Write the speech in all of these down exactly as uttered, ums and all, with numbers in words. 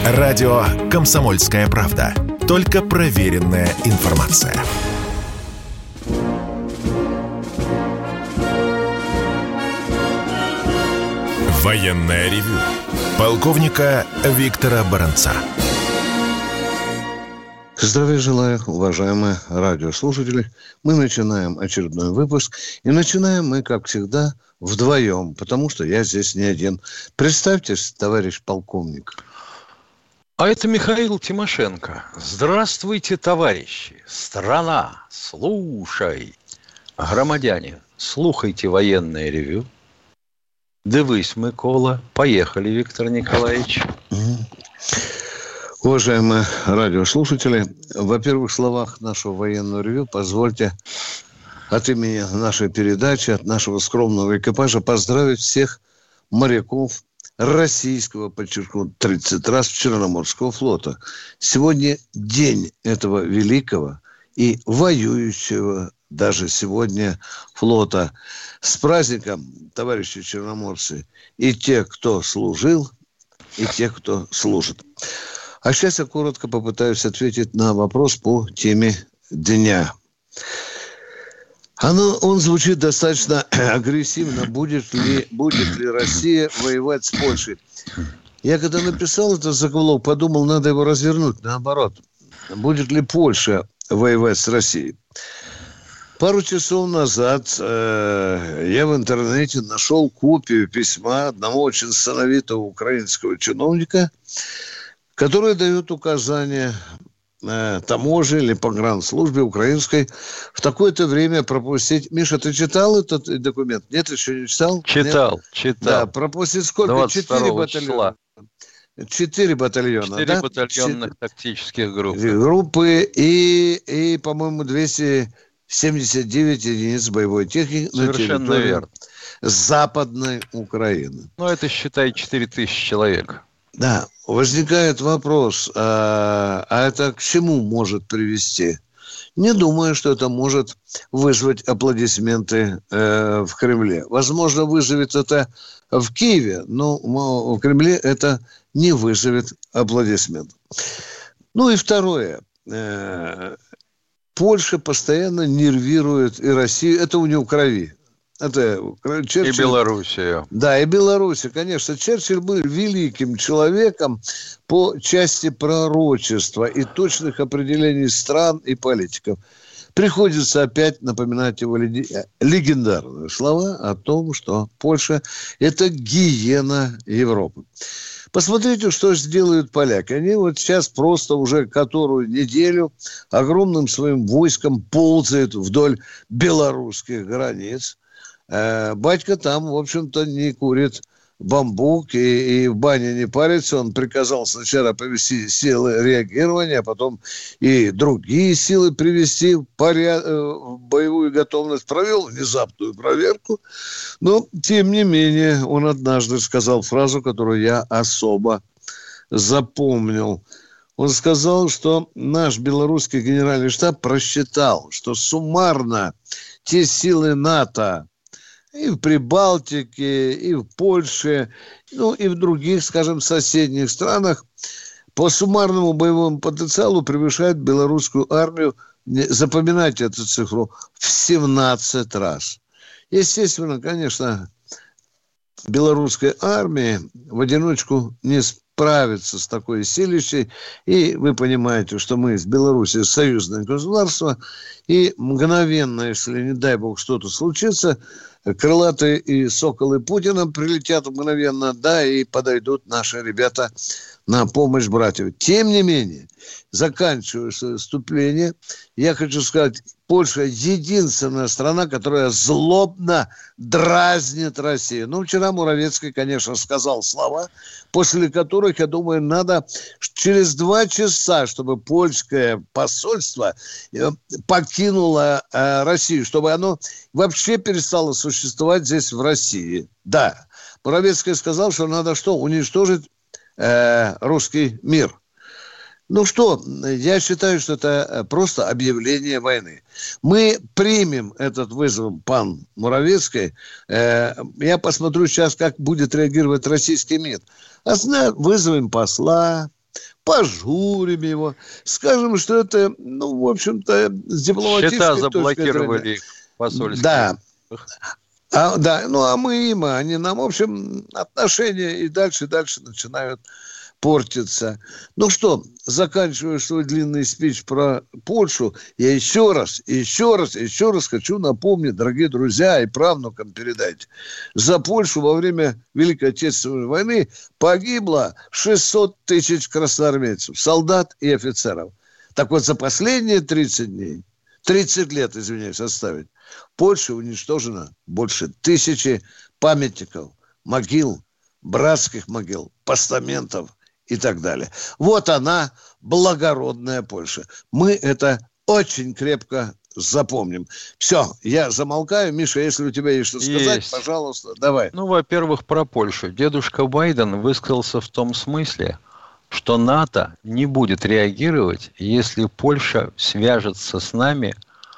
Радио «Комсомольская правда». Только проверенная информация. Военное ревю полковника Виктора Баранца. Здравия желаю, уважаемые радиослушатели. Мы начинаем очередной выпуск. И начинаем мы, как всегда, вдвоем, потому что я здесь не один. Представьтесь, товарищ полковник. А это Михаил Тимошенко. Здравствуйте, товарищи. Страна, слушай. Громадяне, слухайте военное ревю. Дивись, Микола. Поехали, Виктор Николаевич. Уважаемые радиослушатели, во первых словах нашего военного ревю позвольте от имени нашей передачи, от нашего скромного экипажа поздравить всех моряков российского, подчеркну, тридцать раз Черноморского флота. Сегодня день этого великого и воюющего даже сегодня флота. С праздником, товарищи черноморцы, и те, кто служил, и те, кто служит. А сейчас я коротко попытаюсь ответить на вопрос по теме дня. Оно, он звучит достаточно агрессивно. Будет ли, будет ли Россия воевать с Польшей? Я когда написал этот заголовок, подумал, надо его развернуть наоборот. Будет ли Польша воевать с Россией? Пару часов назад э, я в интернете нашел копию письма одного очень сановитого украинского чиновника, который дает указания э, таможне или погранслужбе украинской в такое-то время пропустить. Миша, ты читал этот документ? Нет, еще не читал? Читал, Нет? читал. Да, пропустить сколько? Четыре батальона. Четыре батальона, Четыре да? батальонных Чет... тактических группы. Группы и, и, по-моему, двести семьдесят девять единиц боевой техники на территории верно. Западной Украины. Ну, это, считай, четыре тысячи человек. Да, возникает вопрос, а, а это к чему может привести? Не думаю, что это может вызвать аплодисменты э, в Кремле. Возможно, вызовет это в Киеве, но в Кремле это не вызовет аплодисментов. Ну и второе. Э, Польша постоянно нервирует и Россию. Это у нее в крови. Это Черчилль. И Белоруссия. Да, и Белоруссия, конечно. Черчилль был великим человеком по части пророчества и точных определений стран и политиков. Приходится опять напоминать его легендарные слова о том, что Польша – это гиена Европы. Посмотрите, что сделают поляки. Они вот сейчас просто уже которую неделю огромным своим войском ползают вдоль белорусских границ. Батька там, в общем-то, не курит бамбук и, и в бане не парится. Он приказал сначала повести силы реагирования, а потом и другие силы привести в, поряд... в боевую готовность. Провел внезапную проверку. Но, тем не менее, он однажды сказал фразу, которую я особо запомнил. Он сказал, что наш белорусский генеральный штаб просчитал, что суммарно те силы НАТО и в Прибалтике, и в Польше, ну и в других, скажем, соседних странах по суммарному боевому потенциалу превышают белорусскую армию, запоминайте эту цифру, в семнадцать раз. Естественно, конечно, белорусской армии в одиночку не справиться с такой силищей. И вы понимаете, что мы с Белоруссией союзное государство, и мгновенно, если, не дай бог, что-то случится, крылатые и соколы Путина прилетят мгновенно, да, и подойдут наши ребята на помощь братьям. Тем не менее, заканчивая свое вступление, я хочу сказать, Польша единственная страна, которая злобно дразнит Россию. Ну, вчера Муравецкий, конечно, сказал слова, после которых, я думаю, надо через два часа, чтобы польское посольство покинуло э, Россию, чтобы оно вообще перестало существовать здесь, в России. Да, Муравецкий сказал, что надо что? Уничтожить э, русский мир. Ну что, я считаю, что это просто объявление войны. Мы примем этот вызов, пан Муравецкий. Я посмотрю сейчас, как будет реагировать российский МИД. А вызовем посла, пожурим его, скажем, что это, ну, в общем-то, с дипломатической Счета точки заблокировали зрения. посольские. Да. А, да, ну, а мы им, а они нам, в общем, отношения и дальше, и дальше начинают портиться. Ну что, заканчивая свой длинный спич про Польшу, я еще раз, еще раз, еще раз хочу напомнить, дорогие друзья, и правнукам передайте. За Польшу во время Великой Отечественной войны погибло шестьсот тысяч красноармейцев, солдат и офицеров. Так вот, за последние тридцать дней, тридцать лет, извиняюсь, оставить, в Польше уничтожено больше тысячи памятников, могил, братских могил, постаментов и так далее. Вот она, благородная Польша. Мы это очень крепко запомним. Все, я замолкаю. Миша, если у тебя есть что сказать, есть. Пожалуйста, давай. Ну, во-первых, про Польшу. Дедушка Байден высказался в том смысле, что НАТО не будет реагировать, если Польша свяжется с нами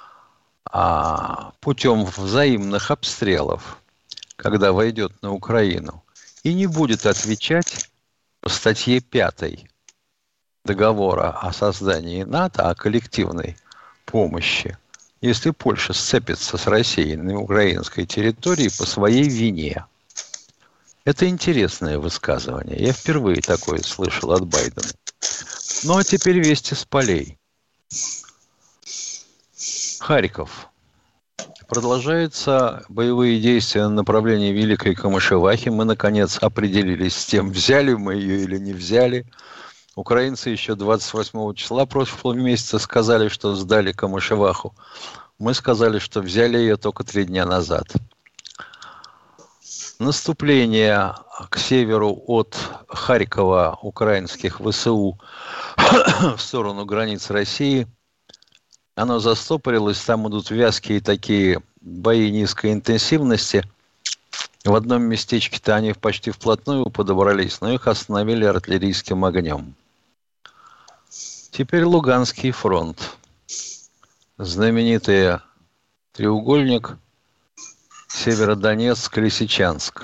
а, путем взаимных обстрелов, когда войдет на Украину, и не будет отвечать по статье пятой договора о создании НАТО, о коллективной помощи, если Польша сцепится с Россией на украинской территории по своей вине. Это интересное высказывание. Я впервые такое слышал от Байдена. Ну, а теперь вести с полей. Харьков. Продолжаются боевые действия на направлении Великой Камышевахи. Мы, наконец, определились с тем, взяли мы ее или не взяли. Украинцы еще двадцать восьмого числа прошлого месяца сказали, что сдали Камышеваху. Мы сказали, что взяли ее только три дня назад. Наступление к северу от Харькова украинских ВСУ в сторону границ России, оно застопорилось, там идут вязкие такие бои низкой интенсивности. В одном местечке-то они почти вплотную подобрались, но их остановили артиллерийским огнем. Теперь Луганский фронт. Знаменитый треугольник Северодонецк, Лисичанск.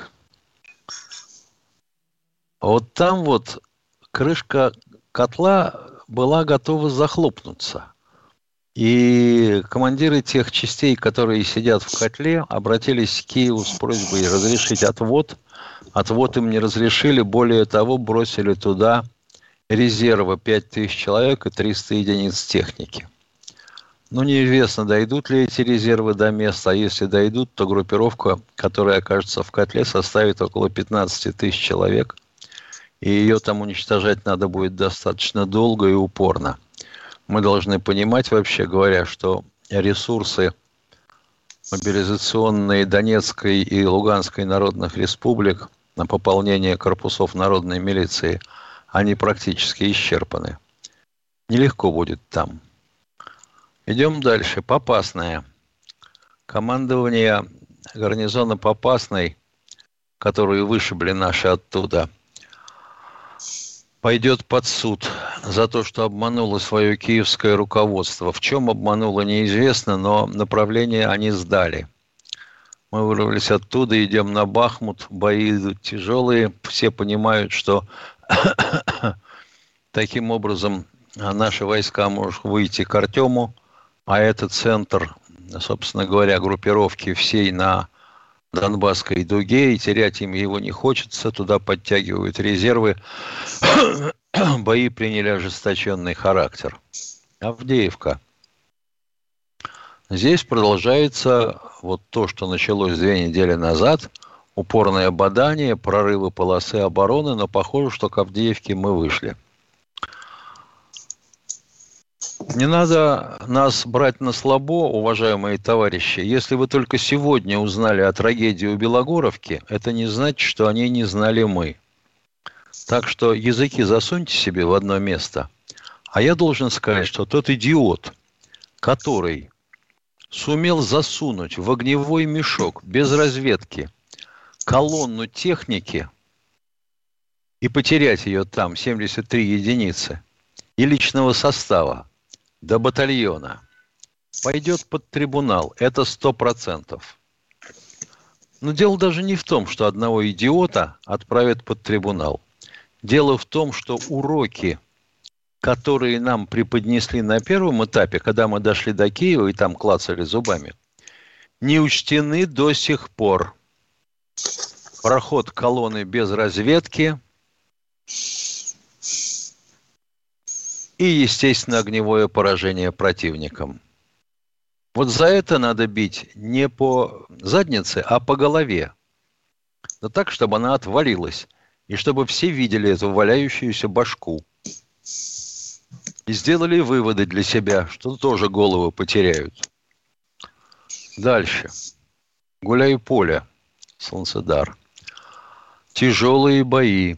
Вот там вот крышка котла была готова захлопнуться. И командиры тех частей, которые сидят в котле, обратились к Киеву с просьбой разрешить отвод. Отвод им не разрешили. Более того, бросили туда резервы пять тысяч человек и триста единиц техники. Ну, неизвестно, дойдут ли эти резервы до места. А если дойдут, то группировка, которая окажется в котле, составит около пятнадцать тысяч человек. И ее там уничтожать надо будет достаточно долго и упорно. Мы должны понимать, вообще говоря, что ресурсы мобилизационные Донецкой и Луганской народных республик на пополнение корпусов народной милиции, они практически исчерпаны. Нелегко будет там. Идем дальше. Попасная. Командование гарнизона Попасной, которые вышибли наши оттуда, пойдет под суд за то, что обмануло свое киевское руководство. В чем обмануло, неизвестно, но направление они сдали. Мы вырвались оттуда, идем на Бахмут, бои идут тяжелые. Все понимают, что таким образом наши войска могут выйти к Артему, а это центр, собственно говоря, группировки всей на Донбасской дуге, и терять им его не хочется, туда подтягивают резервы. Бои приняли ожесточенный характер. Авдеевка. Здесь продолжается вот то, что началось две недели назад, упорное бадание, прорывы полосы обороны, но похоже, что к Авдеевке мы вышли. Не надо нас брать на слабо, уважаемые товарищи. Если вы только сегодня узнали о трагедии у Белогоровки, это не значит, что о ней не знали мы. Так что языки засуньте себе в одно место. А я должен сказать, что тот идиот, который сумел засунуть в огневой мешок без разведки колонну техники и потерять ее там, семьдесят три единицы, и личного состава до батальона, пойдет под трибунал. Это сто процентов. Но дело даже не в том, что одного идиота отправят под трибунал. Дело в том, что уроки которые нам преподнесли на первом этапе, когда мы дошли до Киева и там клацали зубами, не учтены до сих пор. Проход колонны без разведки и, естественно, огневое поражение противником. Вот за это надо бить не по заднице, а по голове. Да так, чтобы она отвалилась. И чтобы все видели эту валяющуюся башку. И сделали выводы для себя, что тоже голову потеряют. Дальше. Гуляй-поле. Солнцедар. Тяжелые бои.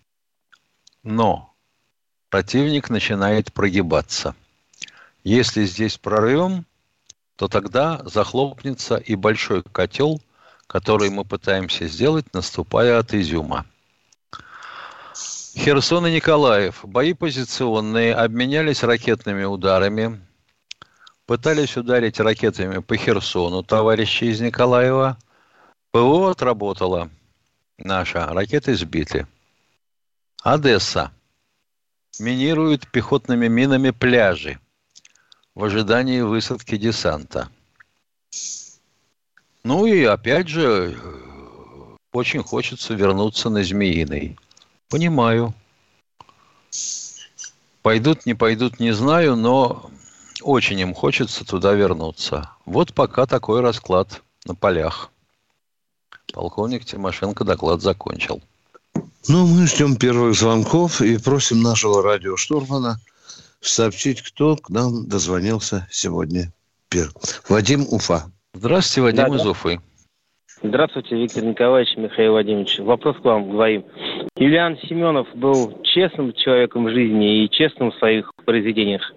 Но противник начинает прогибаться. Если здесь прорвем, то тогда захлопнется и большой котел, который мы пытаемся сделать, наступая от Изюма. Херсон и Николаев. Бои позиционные, обменялись ракетными ударами. Пытались ударить ракетами по Херсону товарищи из Николаева. ПВО отработало. Наша. Ракеты сбиты. Одесса. Минируют пехотными минами пляжи в ожидании высадки десанта. Ну и опять же, очень хочется вернуться на Змеиный. Понимаю. Пойдут, не пойдут, не знаю, но очень им хочется туда вернуться. Вот пока такой расклад на полях. Полковник Тимошенко доклад закончил. Ну, мы ждем первых звонков и просим нашего радиоштурмана сообщить, кто к нам дозвонился сегодня. Первый. Вадим, Уфа. Здравствуйте, Вадим да, из да. Уфы. Здравствуйте, Виктор Николаевич, Михаил Владимирович. Вопрос к вам двоим. Юлиан Семенов был честным человеком в жизни и честным в своих произведениях?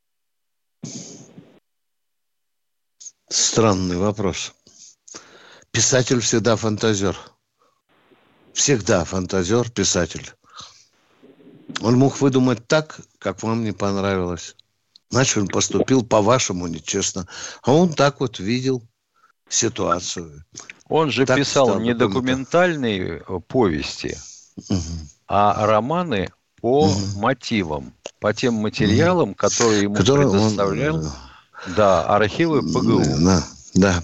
Странный вопрос. Писатель всегда фантазер. Всегда фантазер, писатель. Он мог выдумать так, как вам не понравилось. Значит, он поступил по-вашему нечестно. А он так вот видел ситуацию. Он же так писал не документальные повести, угу. а романы по угу. мотивам, по тем материалам, которые ему Который предоставлял он... да, архивы ПГУ. Да, да.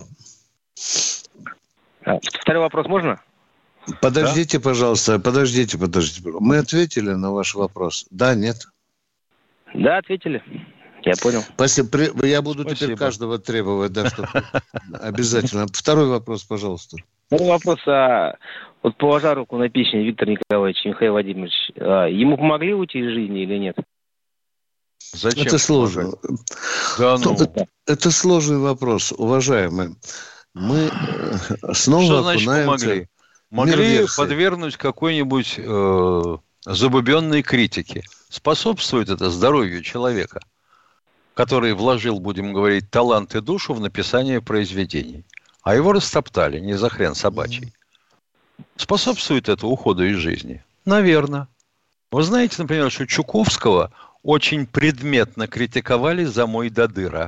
Второй вопрос можно? Подождите, да? пожалуйста, подождите, подождите. Мы ответили на ваш вопрос. Да, нет? Да, ответили. Я понял. Спасибо. Я буду Спасибо. Теперь каждого требовать, да, что обязательно. Второй вопрос, пожалуйста. Второй вопрос. А, вот положа руку на печень Виктор Николаевич, Михаил Владимирович, а, ему помогли уйти из жизни или нет? Зачем? Это сложно. Да, ну. это, это сложный вопрос, уважаемые. Мы снова Что значит окунаемся... помогли? Могли подвергнуть какой-нибудь э, забубенной критике. Способствует это здоровью человека, который вложил, будем говорить, талант и душу в написание произведений. А его растоптали, не за хрен собачий. Способствует это уходу из жизни? Наверное. Вы знаете, например, что Чуковского очень предметно критиковали за «Мой до дыра».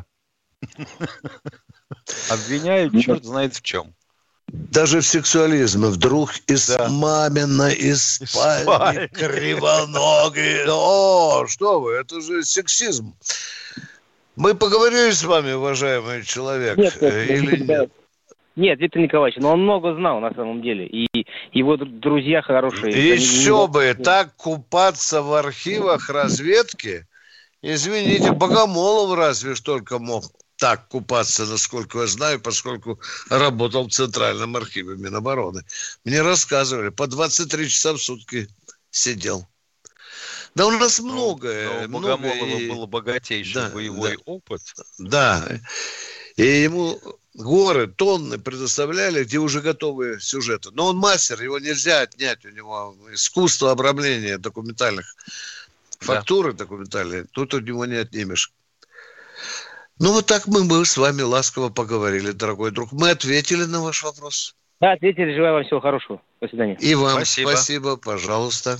Обвиняют черт знает в чем. Даже в сексуализме вдруг из да. мамина, из спальни, кривоногий. О, что вы, это же сексизм. Мы поговорили с вами, уважаемый человек, нет, или нет? нет? Нет, Виктор Николаевич, но он много знал на самом деле. И его друзья хорошие. Еще они... бы, так купаться в архивах разведки. Извините, Богомолов разве ж только мог так купаться, насколько я знаю, поскольку работал в Центральном архиве Минобороны. Мне рассказывали, по двадцать три часа в сутки сидел. Да у нас ну, многое. Но у многое Богомолова и... был богатейший да, боевой да, опыт. Да. И ему горы, тонны предоставляли, где уже готовые сюжеты. Но он мастер, его нельзя отнять у него. Искусство обрамления документальных фактуры да. документальные, тут у него не отнимешь. Ну, вот так мы, мы с вами ласково поговорили, дорогой друг. Мы ответили на ваш вопрос. Да, ответили. Желаю вам всего хорошего. До свидания. И вам спасибо. спасибо, пожалуйста.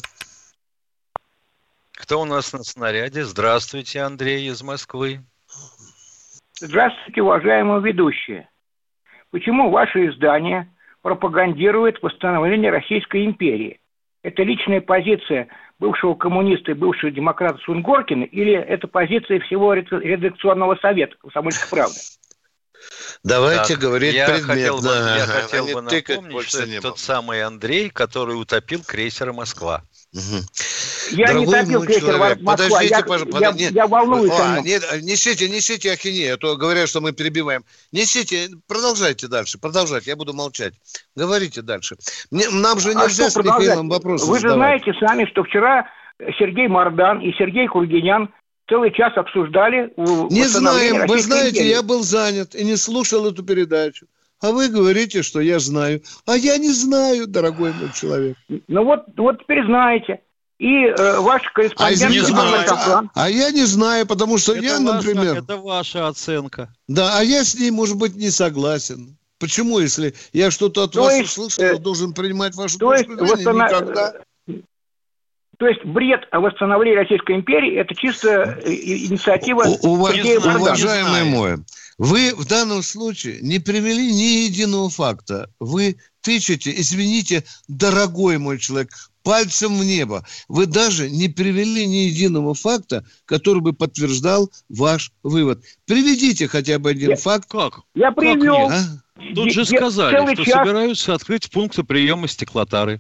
Кто у нас на снаряде? Здравствуйте, Андрей из Москвы. Здравствуйте, уважаемые ведущие. Почему ваше издание пропагандирует восстановление Российской империи? Это личная позиция бывшего коммуниста и бывшего демократа Сунгоркина, или это позиция всего редакционного совета «Комсомольской правды»? Давайте так, говорить я предметно. Хотел бы, я хотел а бы напомнить, что это тот самый Андрей, который утопил крейсер «Москва». Угу. Я Дорогой не топил мой крейсер человек, «Москва», подождите, я, пожалуйста. я, Нет, я волнуюсь. а, нет, несите, несите ахинею, а то говорят, что мы перебиваем. Несите, продолжайте дальше, продолжайте, я буду молчать. Говорите дальше. Мне, нам же нельзя а с Михаилом вопросы Вы же задавать. знаете сами, что вчера Сергей Мардан и Сергей Кургинян целый час обсуждали... Не знаем, вы знаете, империи. Я был занят и не слушал эту передачу. А вы говорите, что я знаю. А я не знаю, дорогой мой человек. Ну вот, вот теперь знаете. И э, ваш корреспондент... А, знаю, а, а я не знаю, потому что это я, ваша, например... Это ваша оценка. Да, а я с ней, может быть, не согласен. Почему, если я что-то от то вас есть, услышал, э, я должен принимать вашу то точку есть, зрения? восстанов... Никогда. То есть бред о восстановлении Российской империи – это чисто инициатива Сергея Мардана. Уважаемый мой, вы в данном случае не привели ни единого факта. Вы тычете, извините, дорогой мой человек, пальцем в небо. Вы даже не привели ни единого факта, который бы подтверждал ваш вывод. Приведите хотя бы один я, факт. Как? Я привел. Как а? Тут же сказали, что час... собираются открыть пункты приема стеклотары.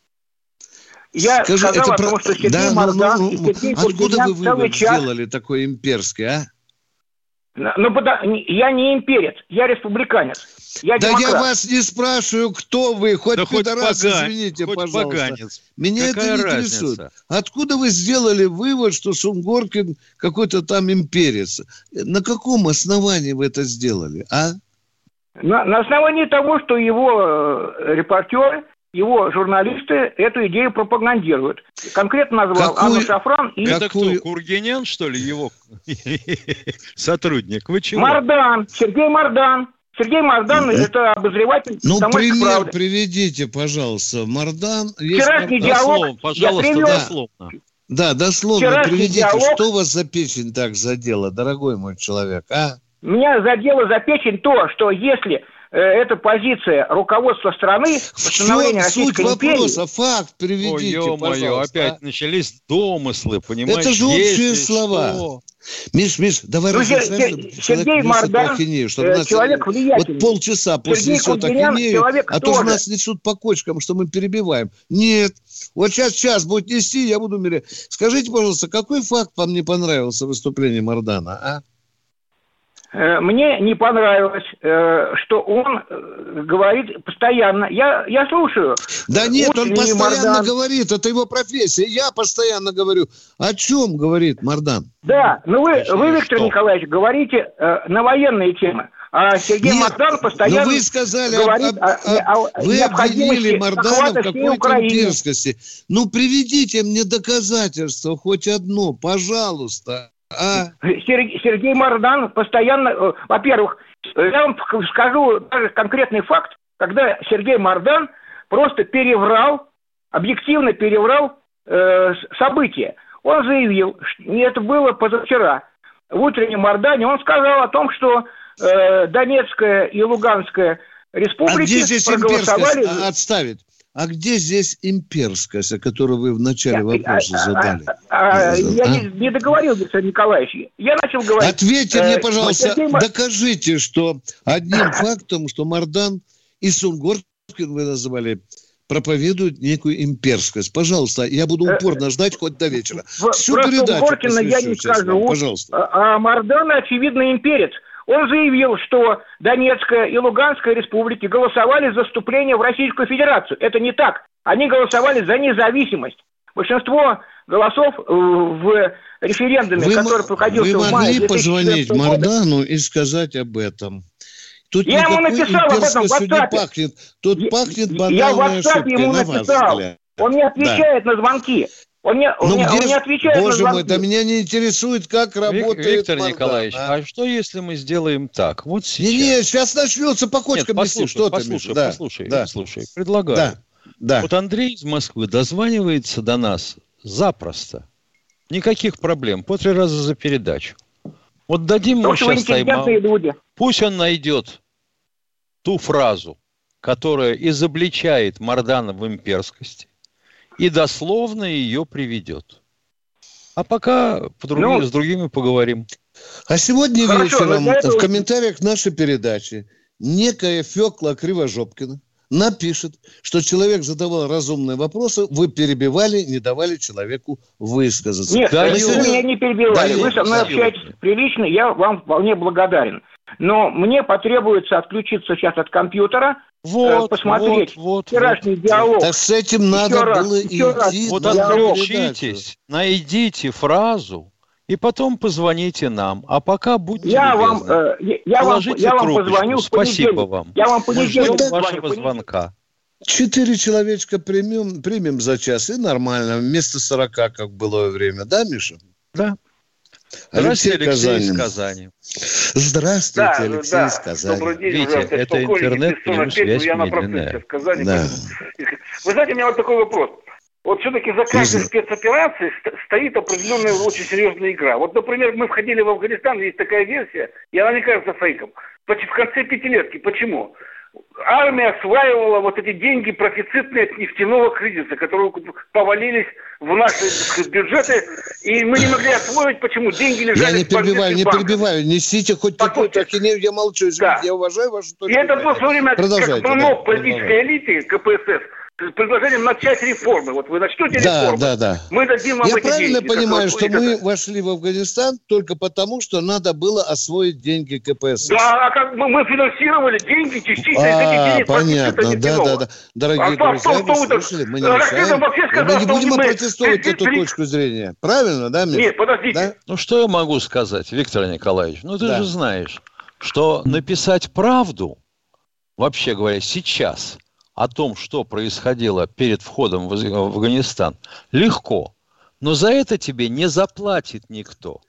Я Скажи, сказал это о про... том, что Сергей да, Мардан ну, ну, и Сергей откуда вы вывод час... сделали такой имперский, а? Ну, я не имперец, я республиканец. Я да демократ. Я вас не спрашиваю, кто вы, хоть да пидорас, хоть погань, извините, хоть пожалуйста. Поганец. Меня Какая это не разница? Интересует. Откуда вы сделали вывод, что Сунгоркин какой-то там имперец? На каком основании вы это сделали, а? На, на основании того, что его э, репортеры, его журналисты эту идею пропагандируют. Конкретно назвал Какую? Анну Шафран и... Это кто, Кургинян, что ли, его сотрудник? Вы чего? Мардан, Сергей Мардан. Сергей Мардан – это обозреватель Ну, пример правды. Приведите, пожалуйста. Мардан... Вчерашний диалог дословно, пожалуйста, я привел... дословно. Да, дословно Вчерашний приведите, диалог... что вас за печень так задело, дорогой мой человек, а? Меня задело за печень то, что если... Это позиция руководства страны, восстановления Российской суть империи. Вопроса? Факт приведите, Ой, ё-моё, опять а? начались домыслы, понимаете? Это же общие слова. Что? Миш, Миш, давай ну, Сергей, Сергей Мардан, ахинею, чтобы нас, человек влиятельный. Вот полчаса после несет ахинею, а то же нас несут по кочкам, что мы перебиваем. Нет, вот сейчас час будет нести, я буду мерять. Скажите, пожалуйста, какой факт вам не понравился в выступлении Мардана, а? Мне не понравилось, что он говорит постоянно. Я, я слушаю. Да нет, он постоянно Мардан. говорит, это его профессия. Я постоянно говорю. О чем говорит Мардан? Да, ну вы, вы Виктор что? Николаевич, говорите э, на военные темы. А Сергей Нет, Мардан постоянно вы сказали, говорит об, об, о, о Вы обвинили Мардана в какой-то имперскости. Ну, приведите мне доказательства, хоть одно, пожалуйста. А? Сергей Мардан постоянно... Во-первых, я вам скажу даже конкретный факт, когда Сергей Мардан просто переврал, объективно переврал э, события. Он заявил, что это было позавчера, в утреннем Мардане, он сказал о том, что э, Донецкая и Луганская республики а где здесь проголосовали... А, отставить. А где здесь имперскость, о которой вы в начале я, вопроса а, задали? А, а, я а? не, не договорил, Виктор Николаевич. Я начал говорить... Ответьте э, мне, пожалуйста, Сергей... докажите, что одним фактом, что Мардан и Сунгоркин, вы называли, проповедуют некую имперскость. Пожалуйста, я буду упорно ждать хоть до вечера. Всю Про передачу Сунгоркина я не скажу. Вам, пожалуйста. А Мардан, очевидно, имперец. Он заявил, что Донецкая и Луганская республики голосовали за вступление в Российскую Федерацию. Это не так. Они голосовали за независимость. Большинство голосов в референдуме, вы, который проходил в мае... Вы могли позвонить Мардану и сказать об этом? Тут я ему написал об этом в WhatsApp. Пахнет. Тут я, я пахнет банальной ошибкой, ему написал. Он не отвечает да. на звонки. Он не, ну, он не, где он не отвечает Боже на мой, да меня не интересует, как работает Виктор Мардан, Николаевич, а? а что если мы сделаем так? Вот сейчас. Не, не, сейчас начнется по кочкам. Нет, послушай, что послушай, ты, да, послушай, да. послушай. Предлагаю. Да, да. Вот Андрей из Москвы дозванивается до нас запросто. Никаких проблем. По три раза за передачу. Вот дадим ему сейчас тайм-аут. Пусть он найдет ту фразу, которая изобличает Мардана в имперскости, и дословно ее приведет. А пока по другим, ну, с другими поговорим. А сегодня Хорошо, вечером этого... в комментариях нашей передачи некая Фёкла Кривожопкина напишет, что человек задавал разумные вопросы, вы перебивали, не давали человеку высказаться. Нет, да вы сегодня... меня не перебивали. Да вы со мной общаетесь прилично, я вам вполне благодарен. Но мне потребуется отключиться сейчас от компьютера, вот, э, посмотреть вот, вот, вчерашний вот. диалог. Так с этим еще надо раз, было идти. Вот отключитесь, найдите фразу, и потом позвоните нам. А пока будьте я любезны. Вам, э, я, вам, я вам позвоню в Спасибо вам. Я вам Мы ждем позвоню, вашего звонка. Четыре человечка примем, примем за час, и нормально. Вместо сорока, как в былое время. Да, Миша? Да. Алексей, Алексей Казанин. из Казани. Здравствуйте, да, Алексей да. из Казани. Добрый день, Витя, это интернет, к нему связь медленная. Да. Вы знаете, у меня вот такой вопрос. Вот все-таки за каждой спецоперацией стоит определенная очень серьезная игра. Вот, например, мы входили в Афганистан, есть такая версия, и она не кажется фейком. В конце пятилетки. Почему? Армия осваивала вот эти деньги профицитные от нефтяного кризиса, которые повалились в наши, так сказать, бюджеты, и мы не могли освоить. Почему? Деньги лежали Я не в перебиваю, не банках. перебиваю. Несите хоть какую-то ахинею, я молчу. Извините, Да. я уважаю вашу точку И это было в свое время как монок да, политической элиты КПСС с предложением начать реформы. Вот вы начнете да, реформы, да, да. мы дадим вам Я эти правильно деньги. понимаю, как что вы, мы это... вошли в Афганистан только потому, что надо было освоить деньги КПСС? Да, а как мы, мы финансировали деньги частично из этих А, денег. понятно, да, да, да. Дорогие а друзья, что, вы что слышали, мы не Рахметов мешаем. вообще сказал, Мы не что будем мы... протестовать мы... эту точку зрения. Правильно, да, Миша? Нет, подождите. Да? Ну, что я могу сказать, Виктор Николаевич? Ну, ты Да. же знаешь, что написать правду, вообще говоря, сейчас о том, что происходило перед входом в Афганистан, легко. Но за это тебе не заплатит никто.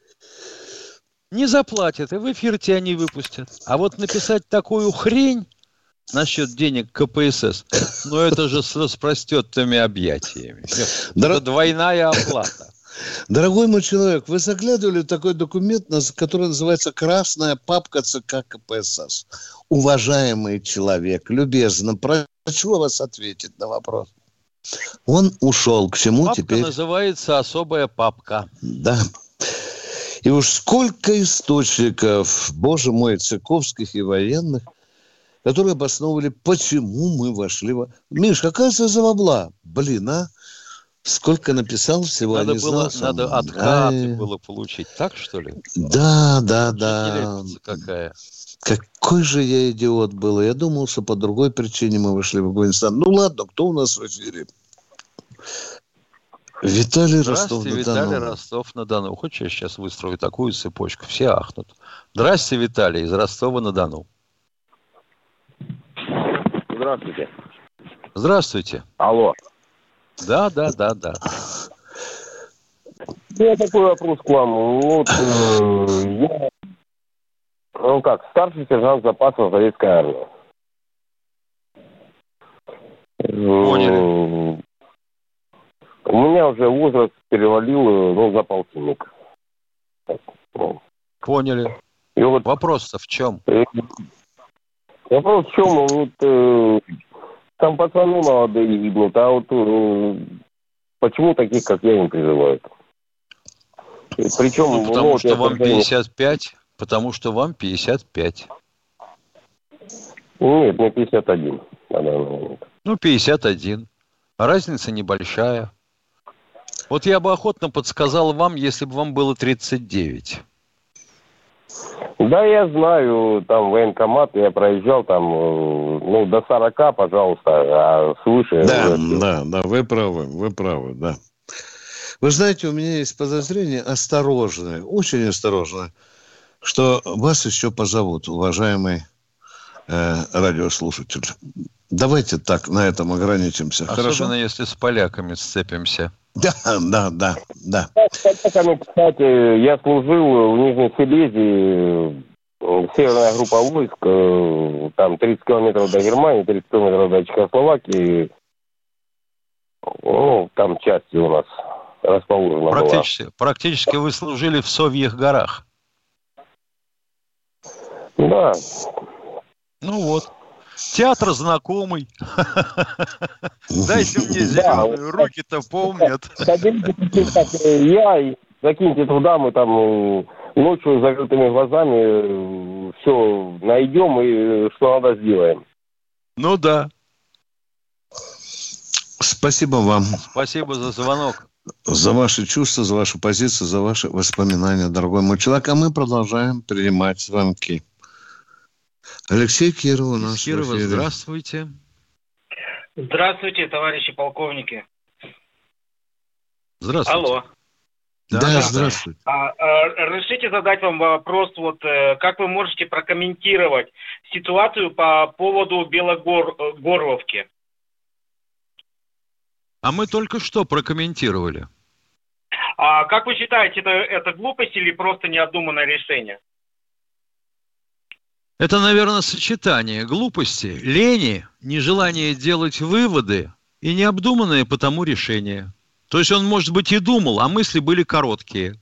Не заплатят, и в эфир тебя не выпустят. А вот написать такую хрень насчет денег КПСС, ну, это же с распростертыми объятиями. Дор... Это двойная оплата. Дорогой мой человек, вы заглядывали в такой документ, который называется «Красная папка ЦК КПСС». Уважаемый человек, любезно, прошу вас ответить на вопрос. Он ушел. К чему папка теперь? Называется «Особая папка». Да. И уж сколько источников, боже мой, цыковских и военных, которые обосновывали, почему мы вошли в... Миш, какая за бабла? Блин, а? Сколько написал всего, надо не было, знал. Надо сам. откаты Ай. было получить, так что ли? Да, да, да. Нелепица какая. Какой же я идиот был. Я думал, что по другой причине мы вошли в Афганистан. Ну ладно, кто у нас в эфире? Виталий Ростов-на-Дону. Виталий Ростов-на-Дону. Хочешь, я сейчас выстрою такую цепочку? Все ахнут. Здрасте, Виталий из Ростова-на-Дону. Здравствуйте. Здравствуйте. Алло. Да, да, да, да. У меня такой вопрос к вам. Вот, э, я, ну как, старший сержант запаса Советской армии. Поняли. У меня уже возраст перевалил, ну, за полтинник. Ну. Поняли. И вот, вопрос-то в чем? Э, вопрос в чем? Вот, э, там пацаны молодые гибнут, а вот э, почему таких, как я, не призывают? И причем, ну, потому ну, что вам когда... пятьдесят пять. Потому что вам пятьдесят пять. Нет, мне пятьдесят один на данный момент. Ну, пятьдесят один. Разница небольшая. Вот я бы охотно подсказал вам, если бы вам было тридцать девять. Да, я знаю, там военкомат, я проезжал там, ну, до сорока, пожалуйста, а свыше... Да, уже... да, да, вы правы, вы правы, да. Вы знаете, у меня есть подозрение осторожное, очень осторожное, что вас еще позовут, уважаемый э, радиослушатель. Давайте так, на этом ограничимся. Особенно Хорошо? если с поляками сцепимся. Да, да, да, да. Кстати, я служил в Нижней Силезии, северная группа войск, там тридцать километров до Германии, тридцать километров до Чехословакии. Ну, там части у нас расположена Практически, была. практически вы служили в Совьих горах. Да. Ну вот. Театр знакомый. Дайте мне зеленые, руки-то помнят. Я, закиньте туда, мы там ночью с закрытыми глазами все найдем и что надо сделаем. Ну да. Спасибо вам. Спасибо за звонок. За ваши чувства, за вашу позицию, за ваши воспоминания, дорогой мой человек. А мы продолжаем принимать звонки. Алексей Киров у нас. Кирова, здравствуйте. Здравствуйте, товарищи полковники. Здравствуйте. Алло. Да, да, здравствуйте. А, а, разрешите задать вам вопрос, вот э, как вы можете прокомментировать ситуацию по поводу Белогорловки? А мы только что прокомментировали. А как вы считаете, это, это глупость или просто необдуманное решение? Это, наверное, сочетание глупости, лени, нежелания делать выводы и необдуманное потому решение. То есть он, может быть, и думал, а мысли были короткие.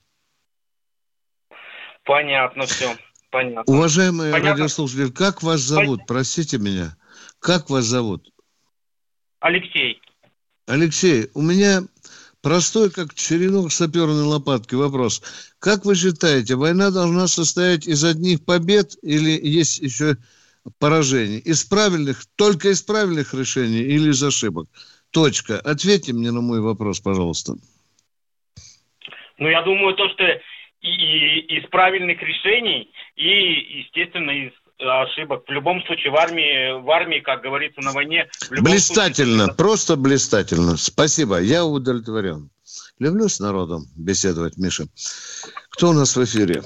Понятно все. Понятно. Уважаемые Понятно. радиослушатели, как вас зовут? Простите меня. Как вас зовут? Алексей. Алексей, у меня простой, как черенок саперной лопатки, вопрос. Как вы считаете, война должна состоять из одних побед или есть еще поражений? Из правильных, только из правильных решений или из ошибок? Точка. Ответьте мне на мой вопрос, пожалуйста. Ну, я думаю, то, что и, и из правильных решений, и, естественно, из ошибок. В любом случае, в армии, в армии, как говорится, на войне... Блистательно, случае... просто блистательно. Спасибо, я удовлетворен. Люблю с народом беседовать, Миша. Кто у нас в эфире?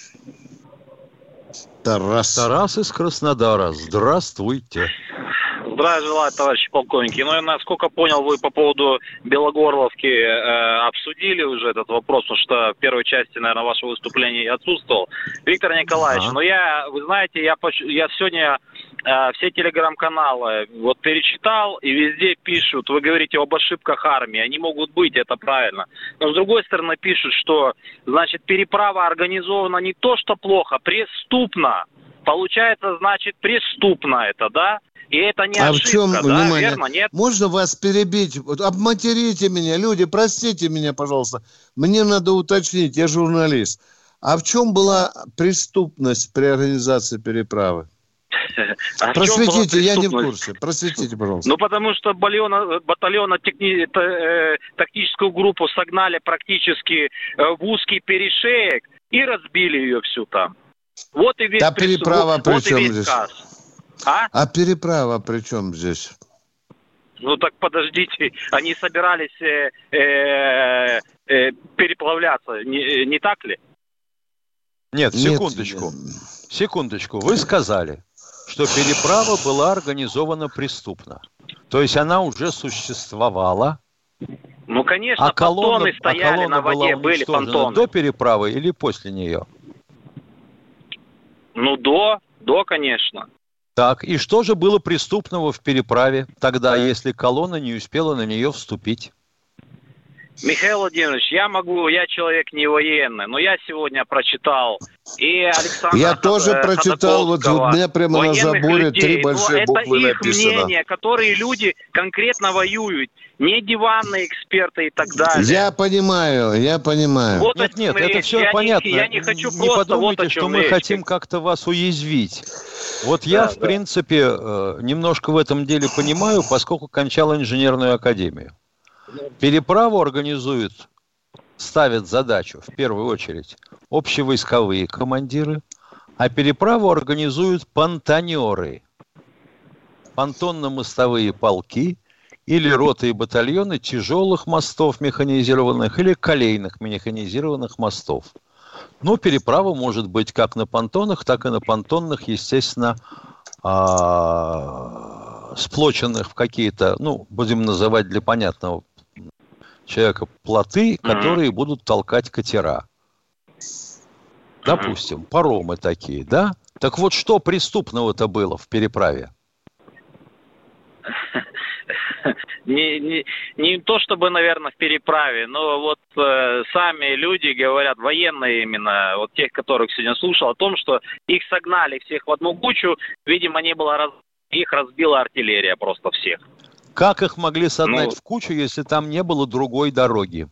Тарас. Тарас из Краснодара. Здравствуйте. Здравия желаю, товарищи полковники. Ну, я, насколько понял, вы по поводу Белогорловки э, обсудили уже этот вопрос, потому что в первой части, наверное, вашего выступления я отсутствовал. Виктор Николаевич, А-а. ну я, вы знаете, я, я сегодня э, все телеграм-каналы вот перечитал, и везде пишут, вы говорите об ошибках армии, они могут быть, это правильно. Но с другой стороны пишут, что, значит, переправа организована не то, что плохо, преступно. Получается, значит, преступно это, да? И это не а ошибка, в чем, да, внимание, верно, нет? Можно вас перебить? Вот, обматерите меня, люди, простите меня, пожалуйста. Мне надо уточнить, я журналист. А в чем была преступность при организации переправы? А Просветите, я не в курсе. Просветите, пожалуйста. Ну, потому что батальона, батальона техни, э, тактическую группу согнали практически э, в узкий перешеек и разбили ее всю там. Вот и весь, да, переправа вот, при вот чем и весь здесь? сказ. А? а переправа при чем здесь? Ну так подождите, они собирались э, э, э, переплавляться, не, не так ли? Нет, секундочку. Нет. Секундочку. Вы сказали, что переправа была организована преступно. То есть она уже существовала. Ну, конечно, а колонна, понтоны стояли а колонна на воде, была были понтоны. До переправы или после нее? Ну, до, до, конечно. Так, и что же было преступного в переправе тогда, если колонна не успела на нее вступить? Михаил Владимирович, я могу, я человек не военный, но я сегодня прочитал и Александра Я тоже прочитал, вот у меня прямо на заборе людей. Три большие но буквы это написано. их мнение, которые люди конкретно воюют, не диванные эксперты и так далее. Я понимаю, я понимаю. Вот нет, нет, это все я понятно. Не, я не хочу не просто подумайте, вот что мы речь. хотим как-то вас уязвить. Вот я, да, в да. принципе, немножко в этом деле понимаю, поскольку кончал инженерную академию. Переправу организуют, ставят задачу, в первую очередь, общевойсковые командиры, а переправу организуют понтонеры, понтонно-мостовые полки или роты и батальоны тяжелых мостов механизированных или колейных механизированных мостов. Но переправа может быть как на понтонах, так и на понтонных, естественно, сплоченных в какие-то, ну, будем называть для понятного человека, плоты, которые mm-hmm. будут толкать катера. Допустим, паромы такие, да? Так вот, что преступного-то было в переправе? Не, не, не то чтобы, наверное, в переправе, но вот э, сами люди говорят, военные именно, вот тех, которых сегодня слушал, о том, что их согнали всех в одну кучу, видимо, не было раз... их разбила артиллерия просто всех. Как их могли согнать Ну, в кучу, если там не было другой дороги?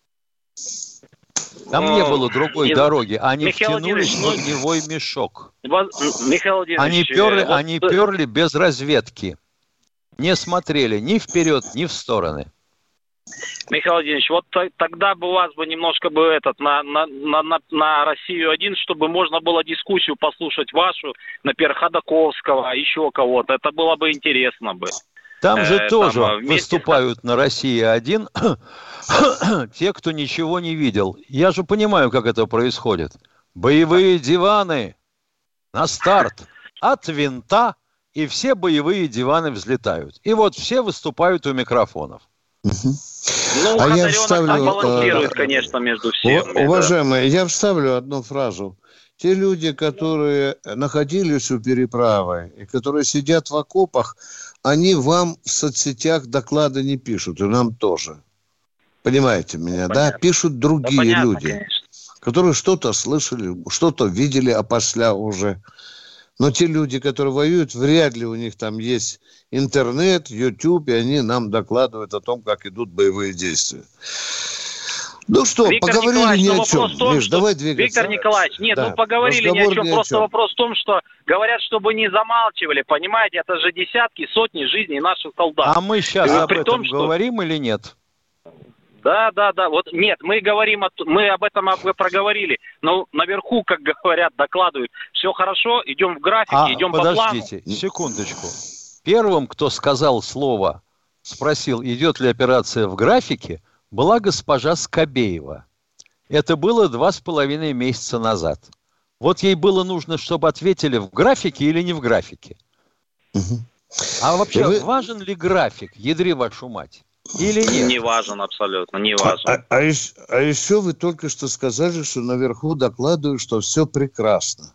Там ну, не было другой не- дороги. Они Михаил втянулись в Владимирович, огневой мешок. Воз- Михаил Владимирович, Они перли, э, вот, они э, перли без разведки. Не смотрели ни вперед, ни в стороны. Михаил Владимирович, вот т- тогда бы у вас бы немножко бы этот на, на, на, на, на Россию один, чтобы можно было дискуссию послушать вашу, например, Ходаковского, еще кого-то. Это было бы интересно бы. Там же Э, тоже там, вместе выступают на России один те, кто ничего не видел. Я же понимаю, как это происходит. Боевые диваны на старт от винта, и все боевые диваны взлетают. И вот все выступают у микрофонов. Ну, А я Ходоренок вставлю, там балансирует, э, конечно, между всеми. У- Уважаемые, я вставлю одну фразу. Те люди, которые находились у переправы и которые сидят в окопах, они вам в соцсетях доклады не пишут, и нам тоже. Понимаете меня, да? Пишут Да, другие понятно, люди, конечно. которые что-то слышали, что-то видели, а после уже. Но те люди, которые воюют, вряд ли у них там есть интернет, YouTube, и они нам докладывают о том, как идут боевые действия. Ну что, Виктор поговорили Николаевич, ни ну о вопрос чем. в том, Миш, что... давай двигаться. Виктор Николаевич, нет, Да, ну поговорили ни о разговор чем. ни о Просто чем. вопрос в том, что говорят, чтобы не замалчивали, понимаете, это же десятки, сотни жизней наших солдат. А мы сейчас И об при этом том, что- говорим или нет? Да, да, да. Вот нет, мы говорим, о т- мы об этом об- проговорили, но наверху, как говорят, докладывают, все хорошо, идем в графике, А, идем по плану. подождите, секундочку. Первым, кто сказал слово, спросил, идет ли операция в графике, была госпожа Скобеева. Это было два с половиной месяца назад. Вот ей было нужно, чтобы ответили в графике или не в графике. Мгм. А вообще, Вы- важен ли график, ядри вашу мать, или нет? Не важен абсолютно, не А, важен. а- а ещ- а еще вы только что сказали, что наверху докладывают, что все прекрасно.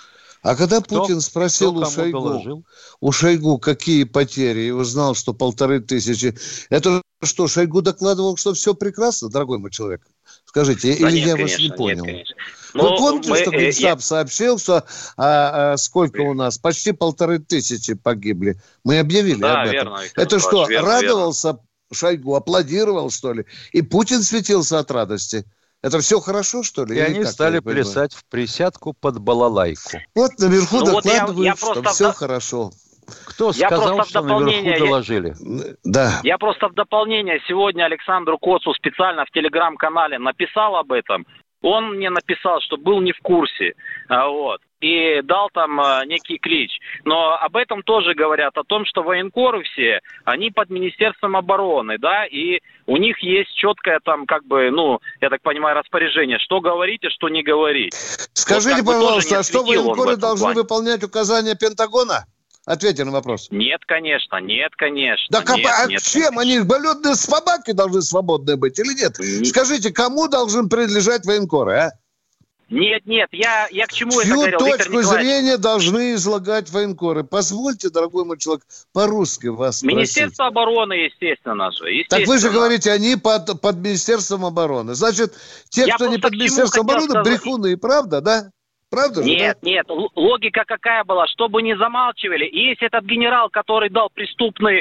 А когда Кто? Путин спросил Кто у кому Шойгу, доложил? у Шойгу, какие потери, и узнал, что полторы тысячи, это что, Шойгу докладывал, что все прекрасно, дорогой мой человек? Скажите, Да или нет, я конечно, вас не нет, понял? конечно. Вы Ну, помните, мы, что э, Генштаб я- сообщил, что а, а, сколько у нас? Почти полторы тысячи погибли. Мы объявили Да, об этом. верно, Виктор Это что, Николаевич, верно, радовался Шойгу, аплодировал, что ли? И Путин светился от радости. Это все хорошо, что ли? И Или они как, стали я не понимаю? плясать в присядку под балалайку. Вот наверху Ну, вот я- докладывают, я что просто все в- хорошо. Кто Я сказал, просто в что дополнение- наверху я- доложили? Да. Я просто в дополнение сегодня Александру Коцу специально в телеграм-канале написал об этом. Он мне написал, что был не в курсе, а, вот, и дал там а, некий клич. Но об этом тоже говорят, о том, что военкоры все, они под Министерством обороны, да, и у них есть четкое там, как бы, ну, я так понимаю, распоряжение, что говорить и что не говорить. Скажите, как бы тоже пожалуйста, не а что осветил он в военкоры этом должны плане. выполнять указания Пентагона? Ответьте на вопрос. Нет, конечно, нет, конечно. Да как, нет, а нет, чем? конечно. Они балетные собаки должны свободные быть или нет? Н- Скажите, кому должны принадлежать военкоры, а? Нет, нет, я, я к чему это Чью говорил, Виктор точку Николаевич? зрения должны излагать военкоры? Позвольте, дорогой мой человек, по-русски вас спросить. Министерство обороны, естественно же. Так вы же естественно. говорите, они под, под Министерством обороны. Значит, те, Я кто не просто под к чему Министерством хотел обороны, сказать. брехуны, правда, да? Правда же, Нет, да? нет, л- логика какая была, чтобы не замалчивали. И если этот генерал, который дал преступный,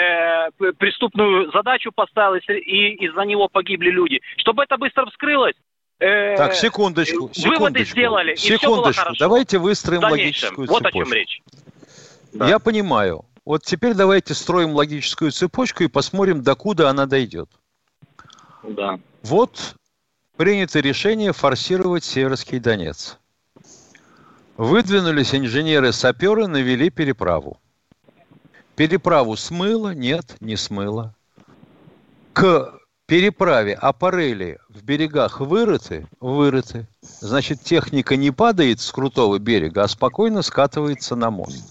э, п- преступную задачу поставил, и, с- и из-за него погибли люди, чтобы это быстро вскрылось. э, Так, секундочку, выводы секундочку. сделали, и всё было Секундочку, хорошо. давайте в выстроим дальнейшем. логическую Вот о цепочку. чем речь. Да. Я понимаю. Вот теперь давайте строим логическую цепочку и посмотрим, докуда она дойдет. Да. Вот принято решение форсировать Северский Донец. Выдвинулись инженеры-саперы, навели переправу. Переправу смыло? Нет, не смыло. К переправе аппарели в берегах вырыты? Вырыты. Значит, техника не падает с крутого берега, а спокойно скатывается на мост.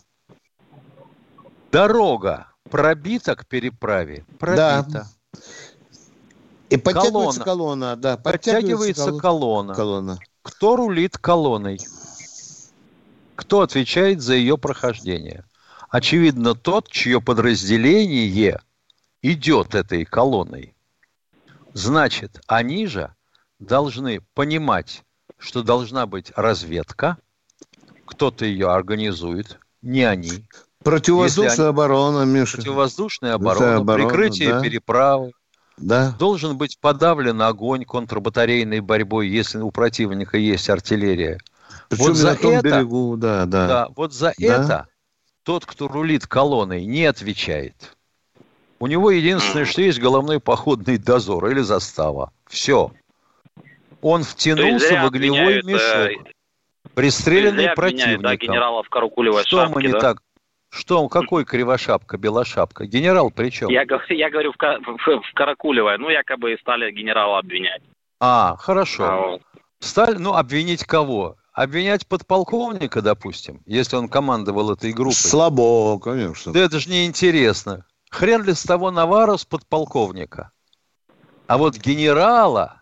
Дорога пробита к переправе? Пробита. И подтягивается Колонна. колонна, да. Подтягивается колонна. колонна. Кто рулит колонной? Кто отвечает за ее прохождение? Очевидно, тот, чье подразделение идет этой колонной. Значит, они же должны понимать, что должна быть разведка, кто-то ее организует, не они. Противовоздушная оборона, Миша. Противовоздушная оборона, оборона прикрытие да. переправы. Да. Должен быть подавлен огонь контрбатарейной борьбой, если у противника есть артиллерия. Причем вот за на том это, берегу, да, да. да. Вот за да. это тот, кто рулит колонной, не отвечает. У него единственное, что есть головной походный дозор или застава. Все. Он втянулся в огневой мешок. Пристреленный противником. Да, генералов Каракулева что шапки, мы не да? так? Что, какой кривошапка, белошапка? Генерал при чем? Я, я говорю в, в, в Каракулева. Ну, якобы стали генерала обвинять. А, хорошо. А, вот. Стали, ну, обвинить кого? Обвинять подполковника, допустим, если он командовал этой группой. Слабо, конечно. Да это же неинтересно. Хрен ли с того навара с подполковника? А вот генерала,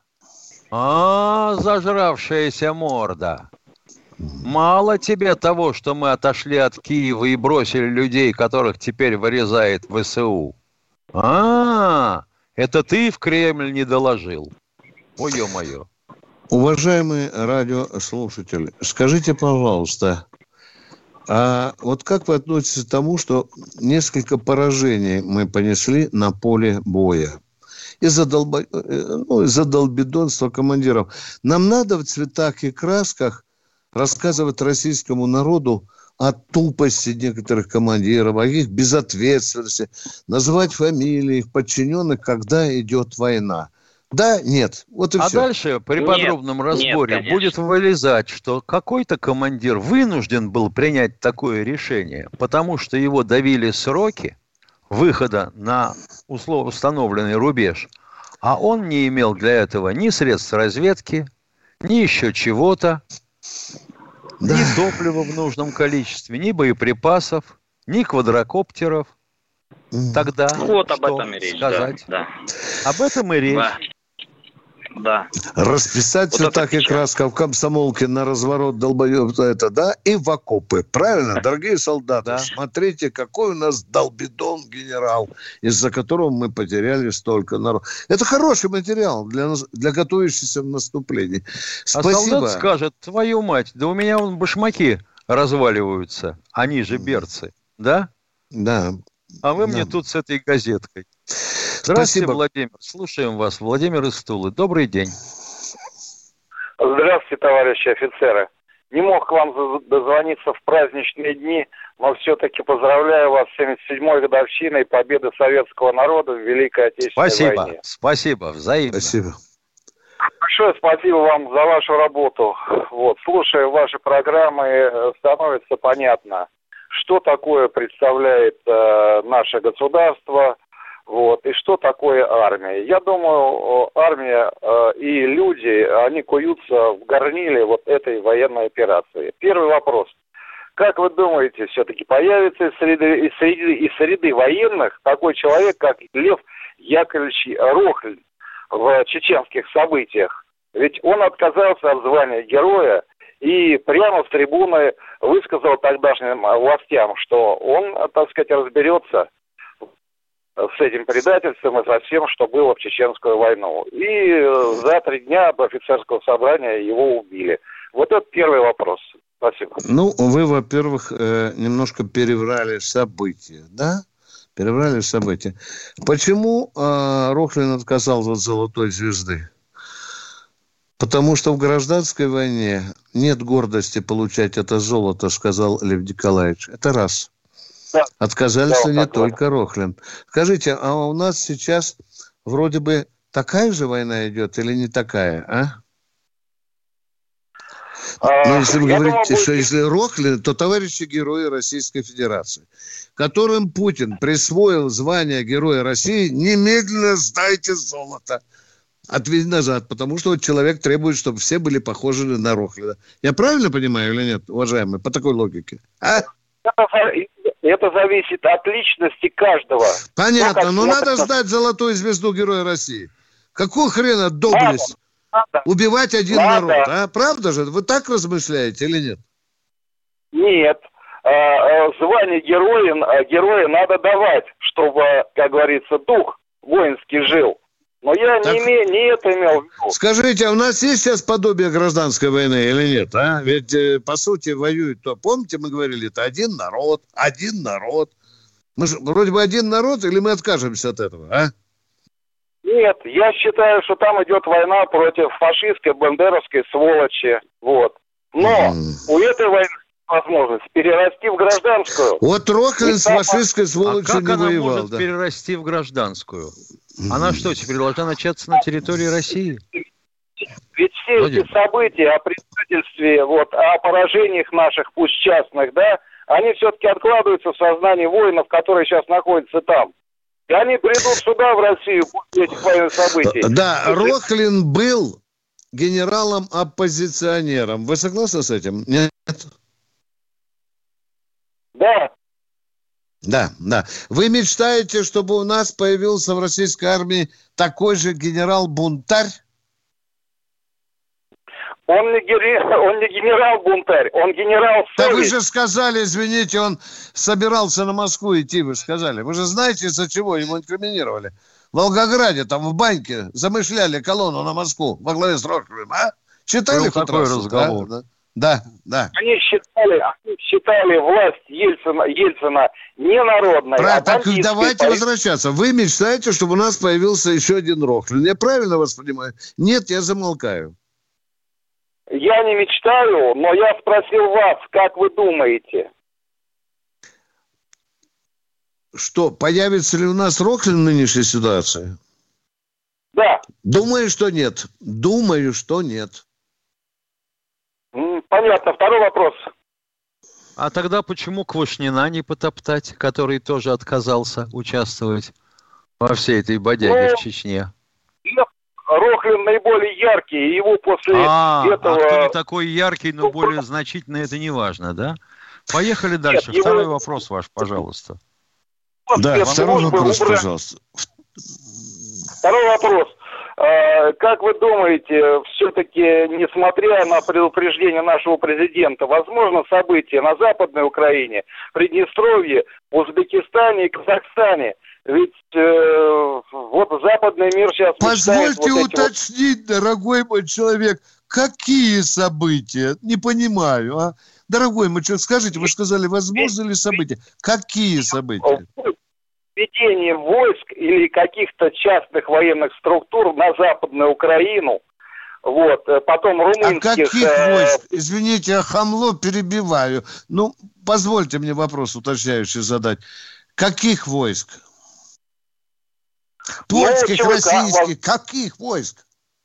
а, зажравшаяся морда. Мало тебе того, что мы отошли от Киева и бросили людей, которых теперь вырезает ВСУ. А, это ты в Кремль не доложил. Ой, ё-моё. Уважаемые радиослушатели, скажите, пожалуйста, а вот как вы относитесь к тому, что несколько поражений мы понесли на поле боя? Из-за, долбо... ну, из-за долбидонства командиров. Нам надо в цветах и красках рассказывать российскому народу о тупости некоторых командиров, о их безответственности, называть фамилии их подчиненных, когда идет война. Да, нет. Вот и а все. Дальше при подробном нет, разборе нет, будет вылезать, что какой-то командир вынужден был принять такое решение, потому что его давили сроки выхода на условно установленный рубеж, а он не имел для этого ни средств разведки, ни еще чего-то, да. ни топлива в нужном количестве, ни боеприпасов, ни квадрокоптеров. Тогда вот об что этом и речь, сказать? Да, да. Об этом и речь. Да. Да. Расписать вот цветах и красках в комсомолке на разворот долбоеб это, да, и в окопы. Правильно, дорогие солдаты? Да. Смотрите, какой у нас долбидон генерал, из-за которого мы потеряли столько народа. Это хороший материал для, для готовящихся в наступлении. Спасибо. А солдат скажет, твою мать, да у меня вон башмаки разваливаются, они же берцы, да? Да. А вы да. мне тут с этой газеткой. Здравствуйте, Спасибо. Владимир. Слушаем вас. Владимир из Тулы. Добрый день. Здравствуйте, товарищи офицеры. Не мог к вам дозвониться в праздничные дни, но все-таки поздравляю вас с семьдесят седьмой годовщиной победы советского народа в Великой Отечественной спасибо. войне. Спасибо. Взаимно. Спасибо. Большое спасибо вам за вашу работу. Вот, слушая ваши программы, становится понятно, что такое представляет э, наше государство, вот, и что такое армия. Я думаю, армия э, и люди, они куются в горниле вот этой военной операции. Первый вопрос. Как вы думаете, все-таки появится из среды, из среды, из среды военных такой человек, как Лев Яковлевич Рохлин в чеченских событиях? Ведь он отказался от звания героя и прямо с трибуны высказал тогдашним властям, что он, так сказать, разберется с этим предательством и со всем, что было в Чеченскую войну. И за три дня до офицерского собрания его убили. Вот это первый вопрос. Спасибо. Ну, вы, во-первых, немножко переврали события, да? Переврали события. Почему Рохлин отказался от золотой звезды? Потому что в гражданской войне нет гордости получать это золото, сказал Лев Николаевич. Это раз. Да. Отказался да, не только Рохлин. Скажите, а у нас сейчас вроде бы такая же война идет или не такая, а? а ну, если вы говорите, думаю, что будет... если Рохлин, то товарищи герои Российской Федерации, которым Путин присвоил звание Героя России, немедленно сдайте золото. Отвези назад, потому что вот человек требует, чтобы все были похожи на Рохлина. Я правильно понимаю или нет, уважаемые, по такой логике? А? Это зависит от личности каждого. Понятно, но надо это... сдать золотую звезду Героя России. Какого хрена доблесть надо. Убивать один надо. народ, а? Правда же? Вы так размышляете или нет? Нет. Звание героя, героя надо давать, чтобы, как говорится, дух воинский жил. Но я Так... не, имею, не это имел в виду. Скажите, а у нас есть сейчас подобие гражданской войны или нет? А? Ведь, э, по сути, воюют то. Помните, мы говорили, это один народ, один народ. Мы же вроде бы один народ, или мы откажемся от этого, а? Нет, я считаю, что там идет война против фашистской, бандеровской сволочи. Вот. Но mm. у этой войны возможность перерасти в гражданскую. Вот Рохлин с фашистской сволочью а не как она воевал. может да? перерасти в гражданскую? Она что, теперь должна начаться на территории России? Ведь все Владимир. эти события о предательстве, вот, о поражениях наших, пусть частных, да, они все-таки откладываются в сознании воинов, которые сейчас находятся там. И они придут сюда, в Россию, после этих военных событий. Да, Рохлин был генералом-оппозиционером. Вы согласны с этим? Нет? Да. Да, да. Вы мечтаете, чтобы у нас появился в российской армии такой же генерал-бунтарь? Он не, он не генерал-бунтарь, он генерал-совесть. Да вы же сказали, извините, он собирался на Москву идти, вы сказали. Вы же знаете, из-за чего ему инкриминировали? В Волгограде, там в баньке замышляли колонну на Москву во главе с Рохлиным, а? Читали хоть такой раз? разговор? Да, да, да. Они считали, они считали власть Ельцина, Ельцина ненародной. Про, а так давайте пари... возвращаться. Вы мечтаете, чтобы у нас появился еще один Рохлин. Я правильно вас понимаю? Нет, я замолкаю. Я не мечтаю, но я спросил вас, как вы думаете? Что, появится ли у нас Рохлин в нынешней ситуации? Да. Думаю, что нет. Думаю, что нет. Понятно. Второй вопрос. А тогда почему Квашнина не потоптать, который тоже отказался участвовать во всей этой бодяге ну, в Чечне? Рохлин наиболее яркий, и его после а, этого... А кто не такой яркий, но более значительный, это не важно, да? Поехали дальше. Нет, Второй его... вопрос ваш, пожалуйста. Да, Вам второй вопрос, убрать. пожалуйста. Второй вопрос. Как вы думаете, все-таки, несмотря на предупреждение нашего президента, возможно события на Западной Украине, Приднестровье, Узбекистане и Казахстане? Ведь э, вот западный мир сейчас... Позвольте вот уточнить, вот... дорогой мой человек, какие события? Не понимаю, а? Дорогой мой человек, скажите, вы сказали, возможно ли события? Какие события? Введение войск или каких-то частных военных структур на Западную Украину, вот, потом румынских... А каких войск? Извините, я хамло перебиваю. Ну, позвольте мне вопрос уточняющий задать. Каких войск? Польских, ну, российских, а... каких войск?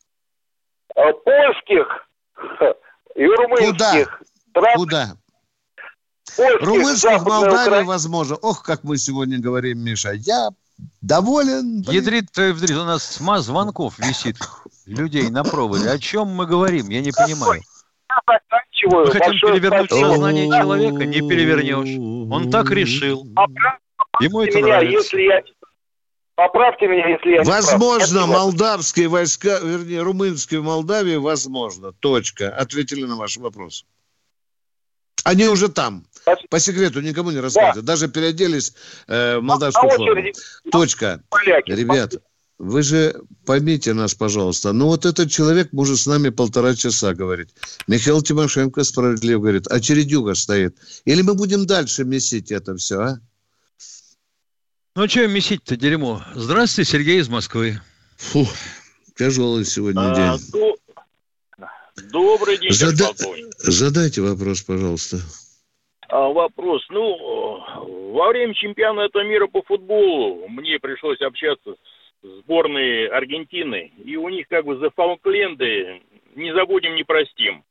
Польских и румынских. Куда? Трав... Куда? Польских, румынских, Молдавии, Укра... возможно. Ох, как мы сегодня говорим, Миша. Я доволен. Ядрит, ядрит, у нас тьма звонков висит людей на проводе. О чем мы говорим? Я не понимаю. Мы хотим перевернуть спасибо. сознание человека, не перевернешь. Он так решил. Ему это меня, нравится. Если я... Поправьте меня, если я возможно, не прав. молдавские войска, вернее, румынские в Молдавии, возможно. Точка. Ответили на ваш вопрос. Они уже там. Спасибо. По секрету никому не рассказывают. Да. Даже переоделись э, в молдавскую форму. Точка. Поляки. Ребят, вы же поймите нас, пожалуйста. Ну вот этот человек может с нами полтора часа говорить. Михаил Тимошенко справедливо говорит, очередюга стоит. Или мы будем дальше месить это все, а? Ну, что месить-то дерьмо? Здравствуйте, Сергей из Москвы. Фу, тяжелый сегодня а, день. До... Добрый день, Зада... Задайте вопрос, пожалуйста. А, вопрос. Ну, во время чемпионата мира по футболу мне пришлось общаться с сборной Аргентины, и у них как бы за Фолкленды не забудем, не простим.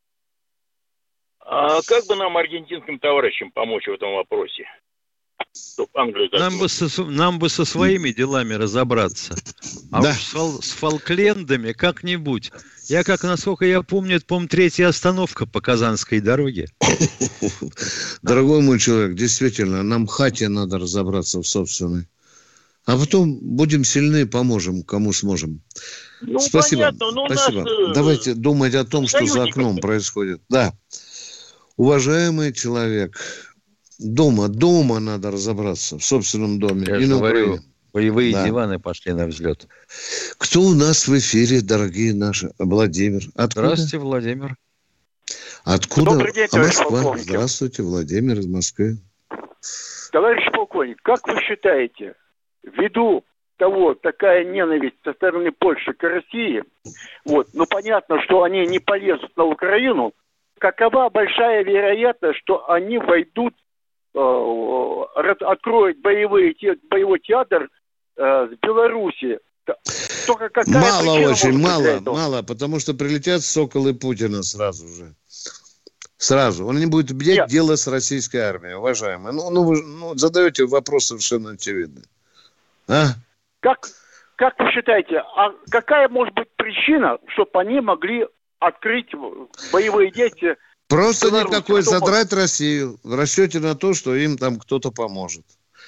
А как бы нам, аргентинским товарищам, помочь в этом вопросе? Нам бы, со, нам бы со своими делами разобраться. А да. уж с, фол, с Фолклендами как-нибудь. Я, как насколько я помню, это, по-моему, третья остановка по Казанской дороге. Дорогой мой человек, действительно, нам хате надо разобраться в собственной. А потом будем сильны, поможем, кому сможем. Ну, спасибо. Понятно, Спасибо. Нас... Давайте думать о том, что за окном происходит. Да. Уважаемый человек... Дома, дома надо разобраться, в собственном доме. Я же говорю, Боевые Да. диваны пошли на взлет. Кто у нас в эфире, дорогие наши? Владимир. Откуда? Здравствуйте, Владимир. Откуда? Добрый день, А, товарищ Москва. полковник. Здравствуйте, Владимир из Москвы. Товарищ полковник, как вы считаете, ввиду того, такая ненависть со стороны Польши к России, вот, ну понятно, что они не полезут на Украину, какова большая вероятность, что они войдут, э, откроют боевые, боевой театр э, с Беларуси? Только какая Мало причина очень, может быть для мало, этого? мало, потому что прилетят соколы Путина сразу же. Сразу. Он не будет бдеть Нет. дело с российской армией, уважаемые. Ну, ну, вы ну, задаете вопрос совершенно очевидный. А? Как, как вы считаете, а какая может быть причина, чтобы они могли открыть боевые действия? Просто в Беларуси? никакой Кто задрать Россию в расчете на то, что им там кто-то поможет.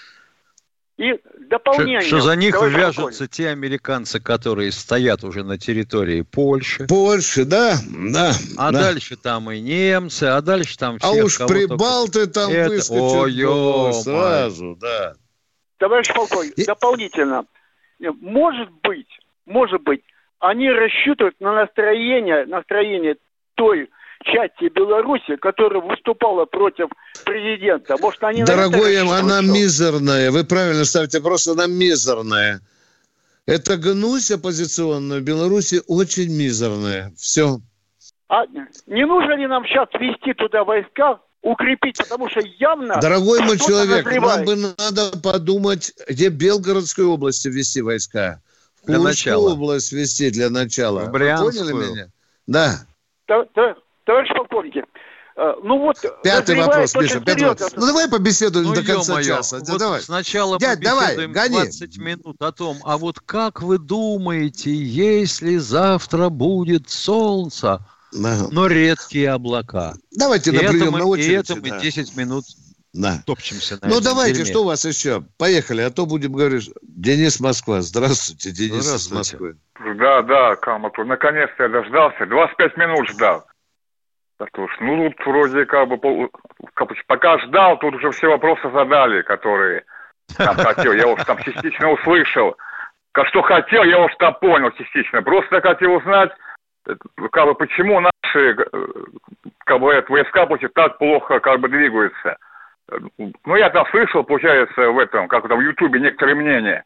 И дополнение. Что, что за них товарищ вяжутся полковник. те американцы, которые стоят уже на территории Польши. Польши, да, да. А да. дальше там и немцы, а дальше там А всех, уж кого прибалты там Это- выскочат Ой, ну, ё-моё. сразу, да. Товарищ полковник, И- дополнительно. Может быть, может быть, они рассчитывают на настроение, настроение той части Беларуси, которая выступала против президента. Может, они на это Дорогой, рассчитывают, она что? мизерная. Вы правильно ставите вопрос, она мизерная. Это гнусь оппозиционная в Беларуси очень мизерная. Все. А не нужно ли нам сейчас ввести туда войска, укрепить, потому что явно... Дорогой мой кто-то человек, назревает. нам бы надо подумать, где в Белгородской области ввести войска. В Для Курскую начала. область ввести для начала. В Вы Брянскую. поняли меня? Да. Та- та- Товарищ полковник, э, ну вот... Пятый назревает вопрос, очень Миша. Пятый серьезно. вопрос. Ну давай побеседуем Ну, до конца ё-моё, часа. вот Давай. сначала Дядь, давай, побеседуем гони. двадцать минут о том, а вот как вы думаете, если завтра будет солнце, Ага. но редкие облака? Давайте И на это прием мы, на и очередь. это мы да. десять минут Да. топчемся на Ну, этом давайте, дерьме. что у вас еще? Поехали, а то будем говорить. Денис Москва. Здравствуйте, Денис из Здравствуйте. Москвы. Да, да, Камату, наконец-то я дождался. двадцать пять минут ждал. Так уж, ну, тут вроде как бы, пол- как бы пока ждал, тут уже все вопросы задали, которые там хотел. Я уж там частично услышал. Как что хотел, я уж там понял частично. Просто хотел узнать, э, как бы, почему наши, э, как бы, это, войска пусть так плохо, как бы, двигаются. Э, Ну, я там слышал, получается, в этом, как там в Ютубе некоторые мнения.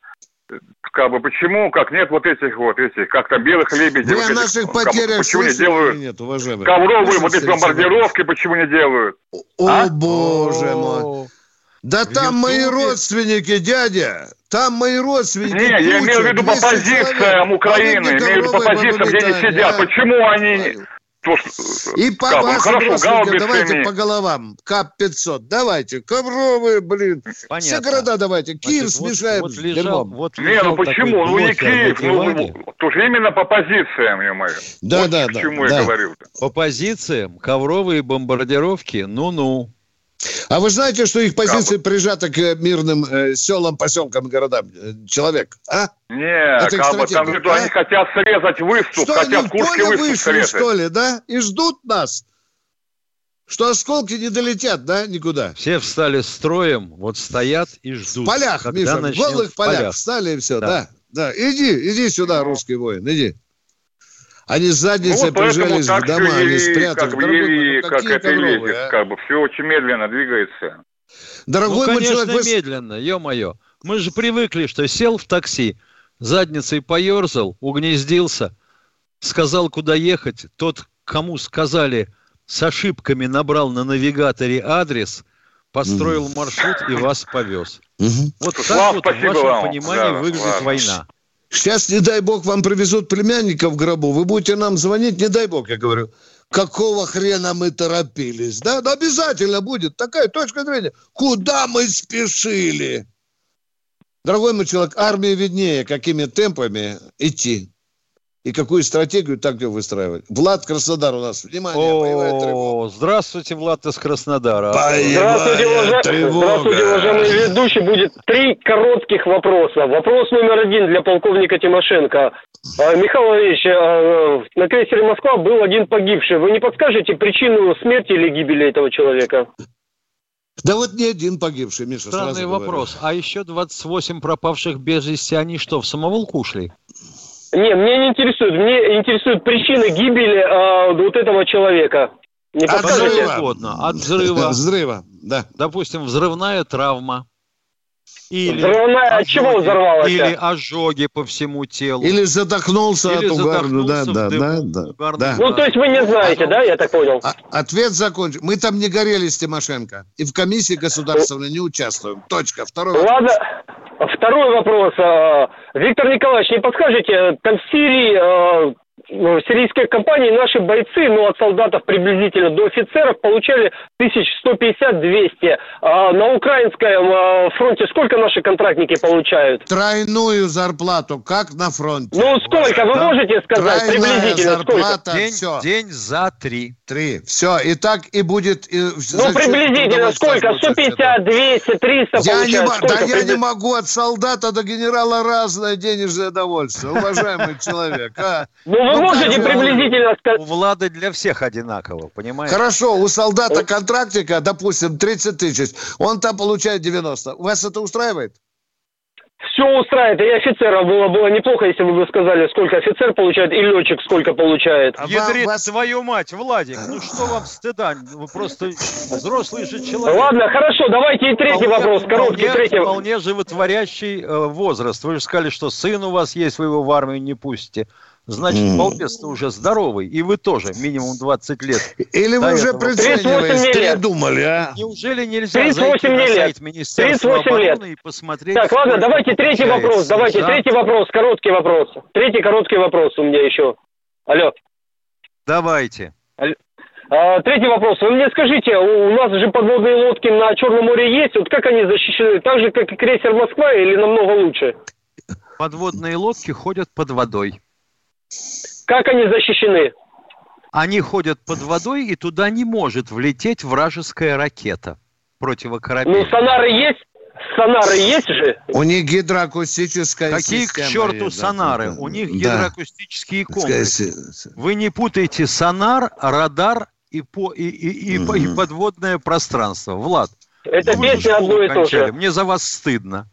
Как бы почему, как нет вот этих вот этих, как там белых лебедей. Вы вот о этих, наших как бы, потерях почему не слышали делают или нет, уважаемые? ковровые Можно вот эти встретиться? бомбардировки, почему не делают? О, А? боже мой. Да В там мои Ютубе? родственники, дядя. Там мои родственники. Не, я имею в виду по двести позициям человек. Украины, А вы имею в виду по ковровые позициям, где они бомбометания, сидят. а? Почему они... не- То, что, И по как бы, вашим хорошо, родственникам давайте гаубицами. по головам. КАП пятьсот. Давайте. Ковровые, блин. Все Понятно. города давайте. Киев Значит, вот- смешаем вот с лежал, дерьмом. вот Не, лежал ну почему? такой Ну не блокер на Киев, диване. ну тоже именно по позициям, ё-моё. Да, Вот да, к да, чему да. я говорил-то. По позициям ковровые бомбардировки, ну-ну. А вы знаете, что их позиции прижаты к э, мирным э, селам, поселкам, городам? Э, Человек, а? Не, Это их как бы там стратегия, виду, а? они хотят срезать выступ, Что они хотят в Курский поле выступ вышли, срезать. что ли, да? И ждут нас? Что осколки не долетят, да, никуда? Все встали строем, вот стоят и ждут. В полях, когда Миша, в начнет- голых в полях встали и все, Да. да. да. Иди, иди сюда, русский воин, иди. Они с Ну, задницей вот поэтому прижались так в дома, все они еле, спрятались. как бы Дорогой мой, еле, ну как какие это и ковровые, лезет, а? как бы все очень медленно двигается. Дорогой Ну, мой конечно, человек, вы... медленно, ё-моё. Мы же привыкли, что сел в такси, задницей поерзал, угнездился, сказал, куда ехать. Тот, кому сказали, с ошибками набрал на навигаторе адрес, построил маршрут и вас повез. Мгм. Вот Слав, так вот в спасибо вашем вам. понимании Да, выглядит ладно. война. Сейчас, не дай бог, вам привезут племянника в гробу, вы будете нам звонить, не дай бог, я говорю. Какого хрена мы торопились, да? Да обязательно будет такая точка зрения. Куда мы спешили? Дорогой мой человек, армии виднее, какими темпами идти. И какую стратегию так выстраивать. Влад, Краснодар у нас. Внимание, боевая тревога. О, здравствуйте, Влад из Краснодара. Здравствуйте, уважа- Здравствуйте, уважаемый ведущий. Будет три коротких вопроса. Вопрос номер один для полковника Тимошенко. А, Михаил Ильич, а, на крейсере «Москва» был один погибший. Вы не подскажете причину смерти или гибели этого человека? Да вот не один погибший, Миша. Странный вопрос. Говорю. А еще двадцать восемь пропавших без вести, они что, в самоволку ушли? Не, мне не интересует. Мне интересуют причины гибели э, вот этого человека. Не от взрыва. От взрыва. Взрыва, да. Допустим, взрывная травма. Или взрывная, от чего взорвалась? Или ожоги по всему телу. Или задохнулся или от угарного. Да, да, дыму, да, да, да. Ну, то есть вы не знаете, а, да, я так понял? А, ответ закончен. Мы там не горели с Тимошенко. И в комиссии государственной не участвуем. Точка. Второй вопрос. Ладно. Второй вопрос. Виктор Николаевич, не подскажете, там в Сирии... в сирийской компании наши бойцы, ну, от солдатов приблизительно до офицеров, получали тысяч сто пятьдесят - двести. А на украинском а, фронте сколько наши контрактники получают? Тройную зарплату, как на фронте. Ну, сколько? Вы да? можете сказать? Тройная приблизительно зарплата, сколько? День, все. день за три. Три. Все. И так и будет... И ну, приблизительно сколько? сто пятьдесят, двести, триста я получают? Не, сколько да прибли... я не могу от солдата до генерала разное денежное довольствие. Уважаемый человек, а? Ну, вы можете приблизительно сказать... У Влада для всех одинаково, понимаете? Хорошо, у солдата-контрактника, допустим, тридцать тысяч, он там получает девяносто. Вас это устраивает? Все устраивает. И офицеров было, было неплохо, если бы вы сказали, сколько офицер получает и летчик сколько получает. А Ядрит вас... твою мать, Владик, ну что вам стыда? Вы просто взрослый же человек. Ладно, хорошо, давайте и третий вполне, вопрос, короткий, вполне, третий. Вполне животворящий э, возраст. Вы же сказали, что сын у вас есть, вы его в армию не пустите. Значит, mm. балбес-то уже здоровый, и вы тоже, минимум двадцать лет. Или вы уже прицениваетесь, передумали, а? Неужели нельзя зайти на сайт Министерства обороны и посмотреть... Так, ладно, давайте третий вопрос, давайте за... третий вопрос, короткий вопрос. Третий короткий вопрос у меня еще. Алло. Давайте. Алло. А, третий вопрос. Вы мне скажите, у нас же подводные лодки на Черном море есть, вот как они защищены? Так же, как и крейсер «Москва» или намного лучше? Подводные лодки ходят под водой. Как они защищены? Они ходят под водой, и туда не может влететь вражеская ракета противокорабельная. Ну, сонары есть? Сонары есть же? У них гидроакустическая Какие система. Какие к черту есть, сонары? Да, да. У них да. гидроакустические комплексы. Вы не путайте сонар, радар и, по, и, и, и, mm-hmm. и подводное пространство. Влад, это песня одно и то же. Мне за вас стыдно.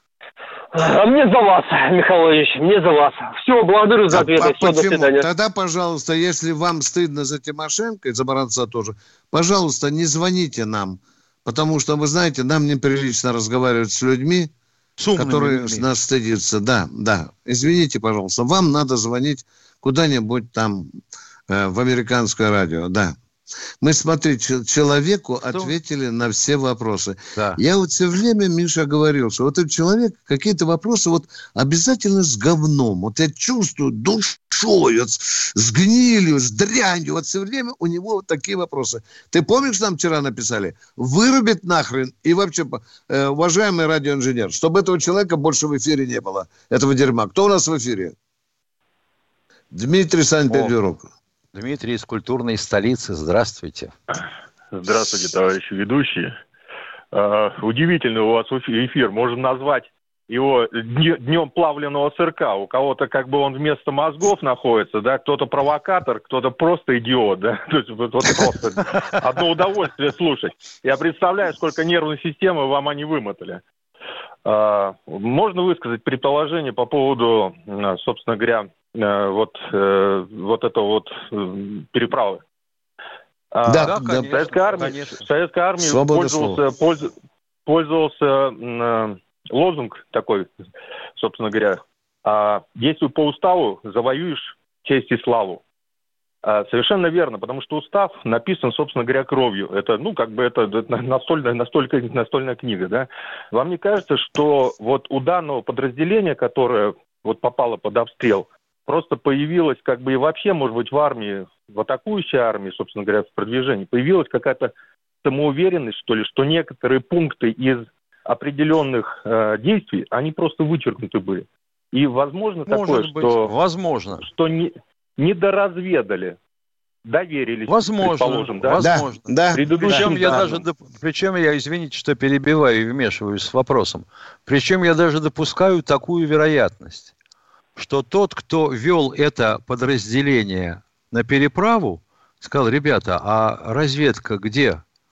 А мне за вас, Михаил Владимирович, мне за вас. Все, благодарю за ответ. А, Все, до свидания. Тогда, пожалуйста, если вам стыдно за Тимошенко и за Баранца тоже, пожалуйста, не звоните нам. Потому что, вы знаете, нам неприлично разговаривать с людьми, с которые людьми. Нас стыдятся. Да, да. Извините, пожалуйста. Вам надо звонить куда-нибудь там э, в американское радио. Да. Мы, смотрите, человеку что? Ответили на все вопросы. Да. Я вот все время, Миша, говорил, что вот этот человек какие-то вопросы вот обязательно с говном. Вот я чувствую душой, вот с гнилью, с дрянью. Вот все время у него вот такие вопросы. Ты помнишь, нам вчера написали? Вырубить нахрен и вообще, э, уважаемый радиоинженер, чтобы этого человека больше в эфире не было, этого дерьма. Кто у нас в эфире? Дмитрий Санкт-Петербург. Дмитрий из культурной столицы. Здравствуйте. Здравствуйте, товарищи ведущие. Uh, удивительный у вас эфир. Можно назвать его днем плавленного сырка. У кого-то как бы он вместо мозгов находится, да, кто-то провокатор, кто-то просто идиот, да. То есть вот, вот просто одно удовольствие слушать. Я представляю, сколько нервной системы вам они вымотали. Uh, можно высказать предположение по поводу, собственно говоря, вот, э, вот это вот э, переправы. А, да, да, конечно, Советская армия, Советская армия пользовался, польз, пользовался э, лозунг такой, собственно говоря, э, действуй по уставу, завоюешь честь и славу. Э, совершенно верно, потому что устав написан, собственно говоря, кровью. Это, ну, как бы это, это настольная, настолько, настольная книга, да. Вам не кажется, что вот у данного подразделения, которое вот попало под обстрел, просто появилась, как бы и вообще, может быть, в армии, в атакующей армии, собственно говоря, в продвижении, появилась какая-то самоуверенность, что ли, что некоторые пункты из определенных э, действий, они просто вычеркнуты были. И возможно может такое, быть. что... Возможно. Что не, недоразведали, доверились, возможно, предположим, да? Возможно. Да, да. Причем, я даже, причем я, извините, что перебиваю и вмешиваюсь с вопросом, причем я даже допускаю такую вероятность, что тот, кто вел это подразделение на переправу, сказал: ребята, а разведка где?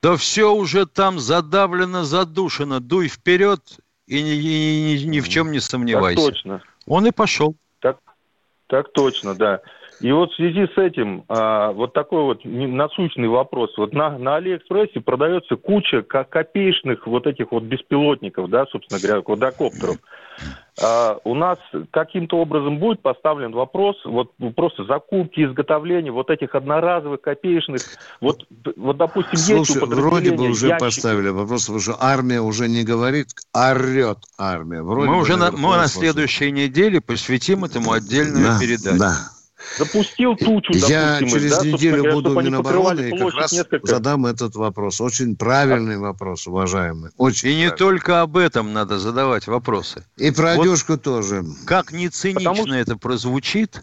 Да все уже там задавлено, задушено. Дуй вперед и ни, ни, ни, ни в чем не сомневайся. Так точно. Он и пошел. Так, так точно, да. И вот в связи с этим а, вот такой вот насущный вопрос. Вот на, на Алиэкспрессе продается куча копеечных вот этих вот беспилотников, да, собственно говоря, квадрокоптеров. А, у нас каким-то образом будет поставлен вопрос вот просто закупки, изготовления вот этих одноразовых копеечных. Вот, вот допустим, Слушай, есть у подразделения вроде бы уже ящики. поставили вопрос, потому что армия уже не говорит, орет армия. Вроде мы бы уже на, мы на вопрос. следующей неделе посвятим этому отдельную да, передачу. Да. Запустил тучу, допустим. Я через да, неделю говоря, буду в Минобороны и как раз несколько... задам этот вопрос. Очень правильный вопрос, уважаемый. Очень и не только об этом надо задавать вопросы. И про вот одежку тоже. Как не цинично Потому... это прозвучит,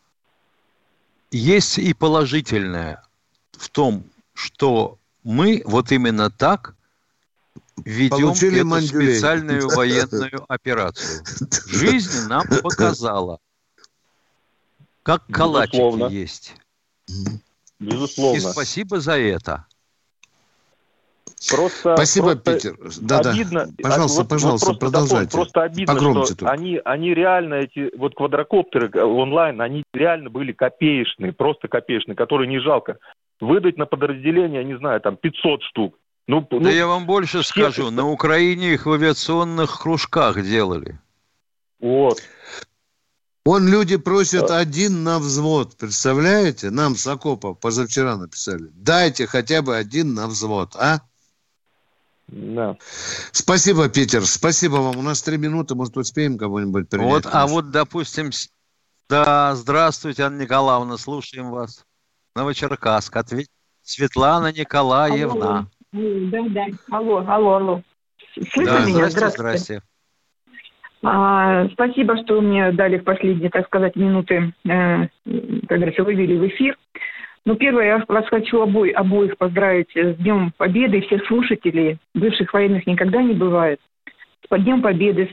есть и положительное в том, что мы вот именно так ведем Получили эту мандюлей. специальную военную операцию. Жизнь нам показала, как калачики Безусловно. Есть. Безусловно. И спасибо за это. Просто, спасибо, просто Питер. Да, обидно, да. Пожалуйста, вот, пожалуйста, вот просто, продолжайте. Просто обидно, Погромче что они, они реально, эти вот квадрокоптеры онлайн, они реально были копеечные, просто копеечные, которые не жалко. Выдать на подразделение, не знаю, там пятьсот штук. Ну, да ну, я вам больше все... скажу, на Украине их в авиационных кружках делали. Вот. Вон люди просят да. один на взвод, представляете? Нам с окопа позавчера написали. Дайте хотя бы один на взвод, а? Да. Спасибо, Питер, спасибо вам. У нас три минуты, может, успеем кого-нибудь принять. Вот, а вот, допустим, да, здравствуйте, Анна Николаевна, слушаем вас. Новочеркасск, ответь. Светлана Николаевна. Алло. Да, да, алло, алло, алло. Слышно да, меня? Здрасте, здрасте. А, спасибо, что мне дали в последние, так сказать, минуты, э, как говорится, вывели в эфир. Ну, первое, я вас хочу обои, обоих поздравить с Днем Победы. Всех слушателей, бывших военных никогда не бывает. С Днем Победы.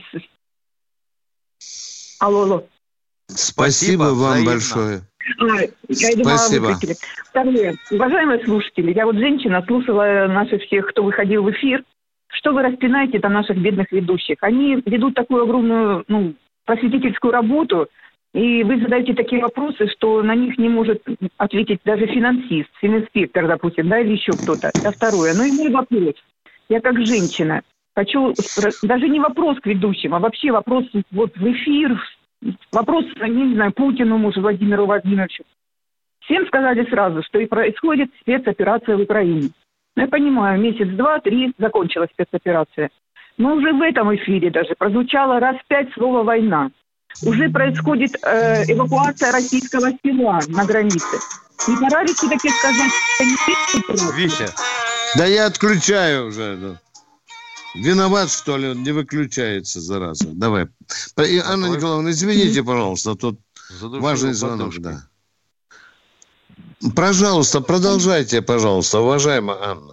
Алло, алло. Спасибо, Спасибо вам взаимно. Большое. А, я Спасибо. Думала, Второе. Уважаемые слушатели, я вот женщина, слушала наших всех, кто выходил в эфир. Что вы распинаете там наших бедных ведущих? Они ведут такую огромную, ну, просветительскую работу, и вы задаете такие вопросы, что на них не может ответить даже финансист, фининспектор, допустим, да, или еще кто-то. Это второе. Ну и мой вопрос. Я как женщина хочу, даже не вопрос к ведущим, а вообще вопрос вот в эфир, вопрос, не знаю, Путину, может, Владимиру Владимировичу. Всем сказали сразу, что и происходит спецоперация в Украине. Я понимаю, месяц, два, три закончилась спецоперация. Но уже в этом эфире даже прозвучало раз пять слово «война». Уже происходит э, эвакуация российского села на границе. Не пора ли все-таки сказать, что не Витя. Да я отключаю уже. Да. Виноват, что ли, он не выключается, зараза. Давай. И, Анна Николаевна, извините, пожалуйста, тут Задушил важный звонок. Подушкой. Да. Пожалуйста, продолжайте, пожалуйста, уважаемая Анна.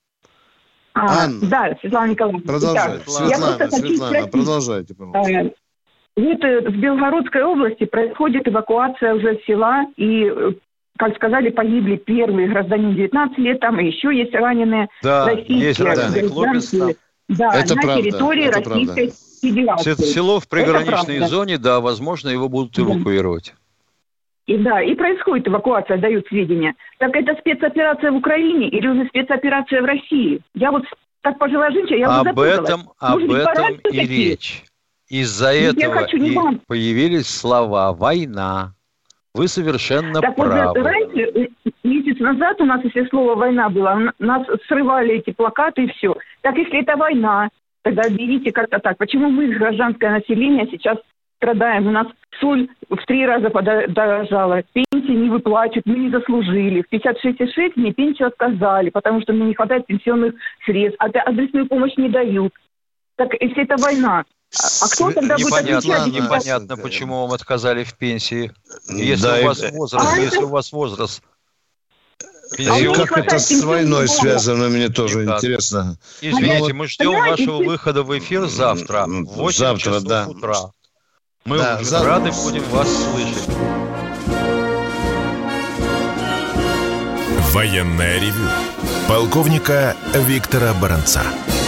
А, Анна. Да, Светлана Николаевна. Продолжайте. Итак, Светлана, Светлана, продолжайте, пожалуйста. Вот в Белгородской области происходит эвакуация уже села, и, как сказали, погибли первые граждане девятнадцать лет, там и еще есть раненые да, российские есть раненые. гражданские. Да, это на правда, территории это Российской правда. Федерации. Это село в приграничной зоне, да, возможно, его будут эвакуировать. И да, и происходит эвакуация, дают сведения. Так это спецоперация в Украине или уже спецоперация в России? Я вот, как пожилая женщина, я об уже запуталась. этом, об этом и такие? Речь. Из-за я этого и вам... появились слова «война». Вы совершенно так правы. Вот, раньше, месяц назад у нас, если слово «война» было, нас срывали эти плакаты и все. Так если это война, тогда объявите как-то так. Почему мы, гражданское население, сейчас страдаем? У нас соль в три раза подорожала, пенсии не выплачивают, мы не заслужили. В пятьдесят шесть и шесть мне пенсию отказали, потому что мне не хватает пенсионных средств, а адресную помощь не дают. Так если это война, а кто тогда непонятно, будет отвечать? Непонятно, почему вам отказали в пенсии. Если да, у вас это... возраст, а если это... у вас возраст. Пенсион... А как это с войной связано, мне тоже Никак. Интересно. Извините, мы ждем вашего выхода в эфир завтра в восемь завтра, часов да. утра. Мы да, уже завтра. Рады будем вас слышать. Военное ревю Полковника Виктора Баранца.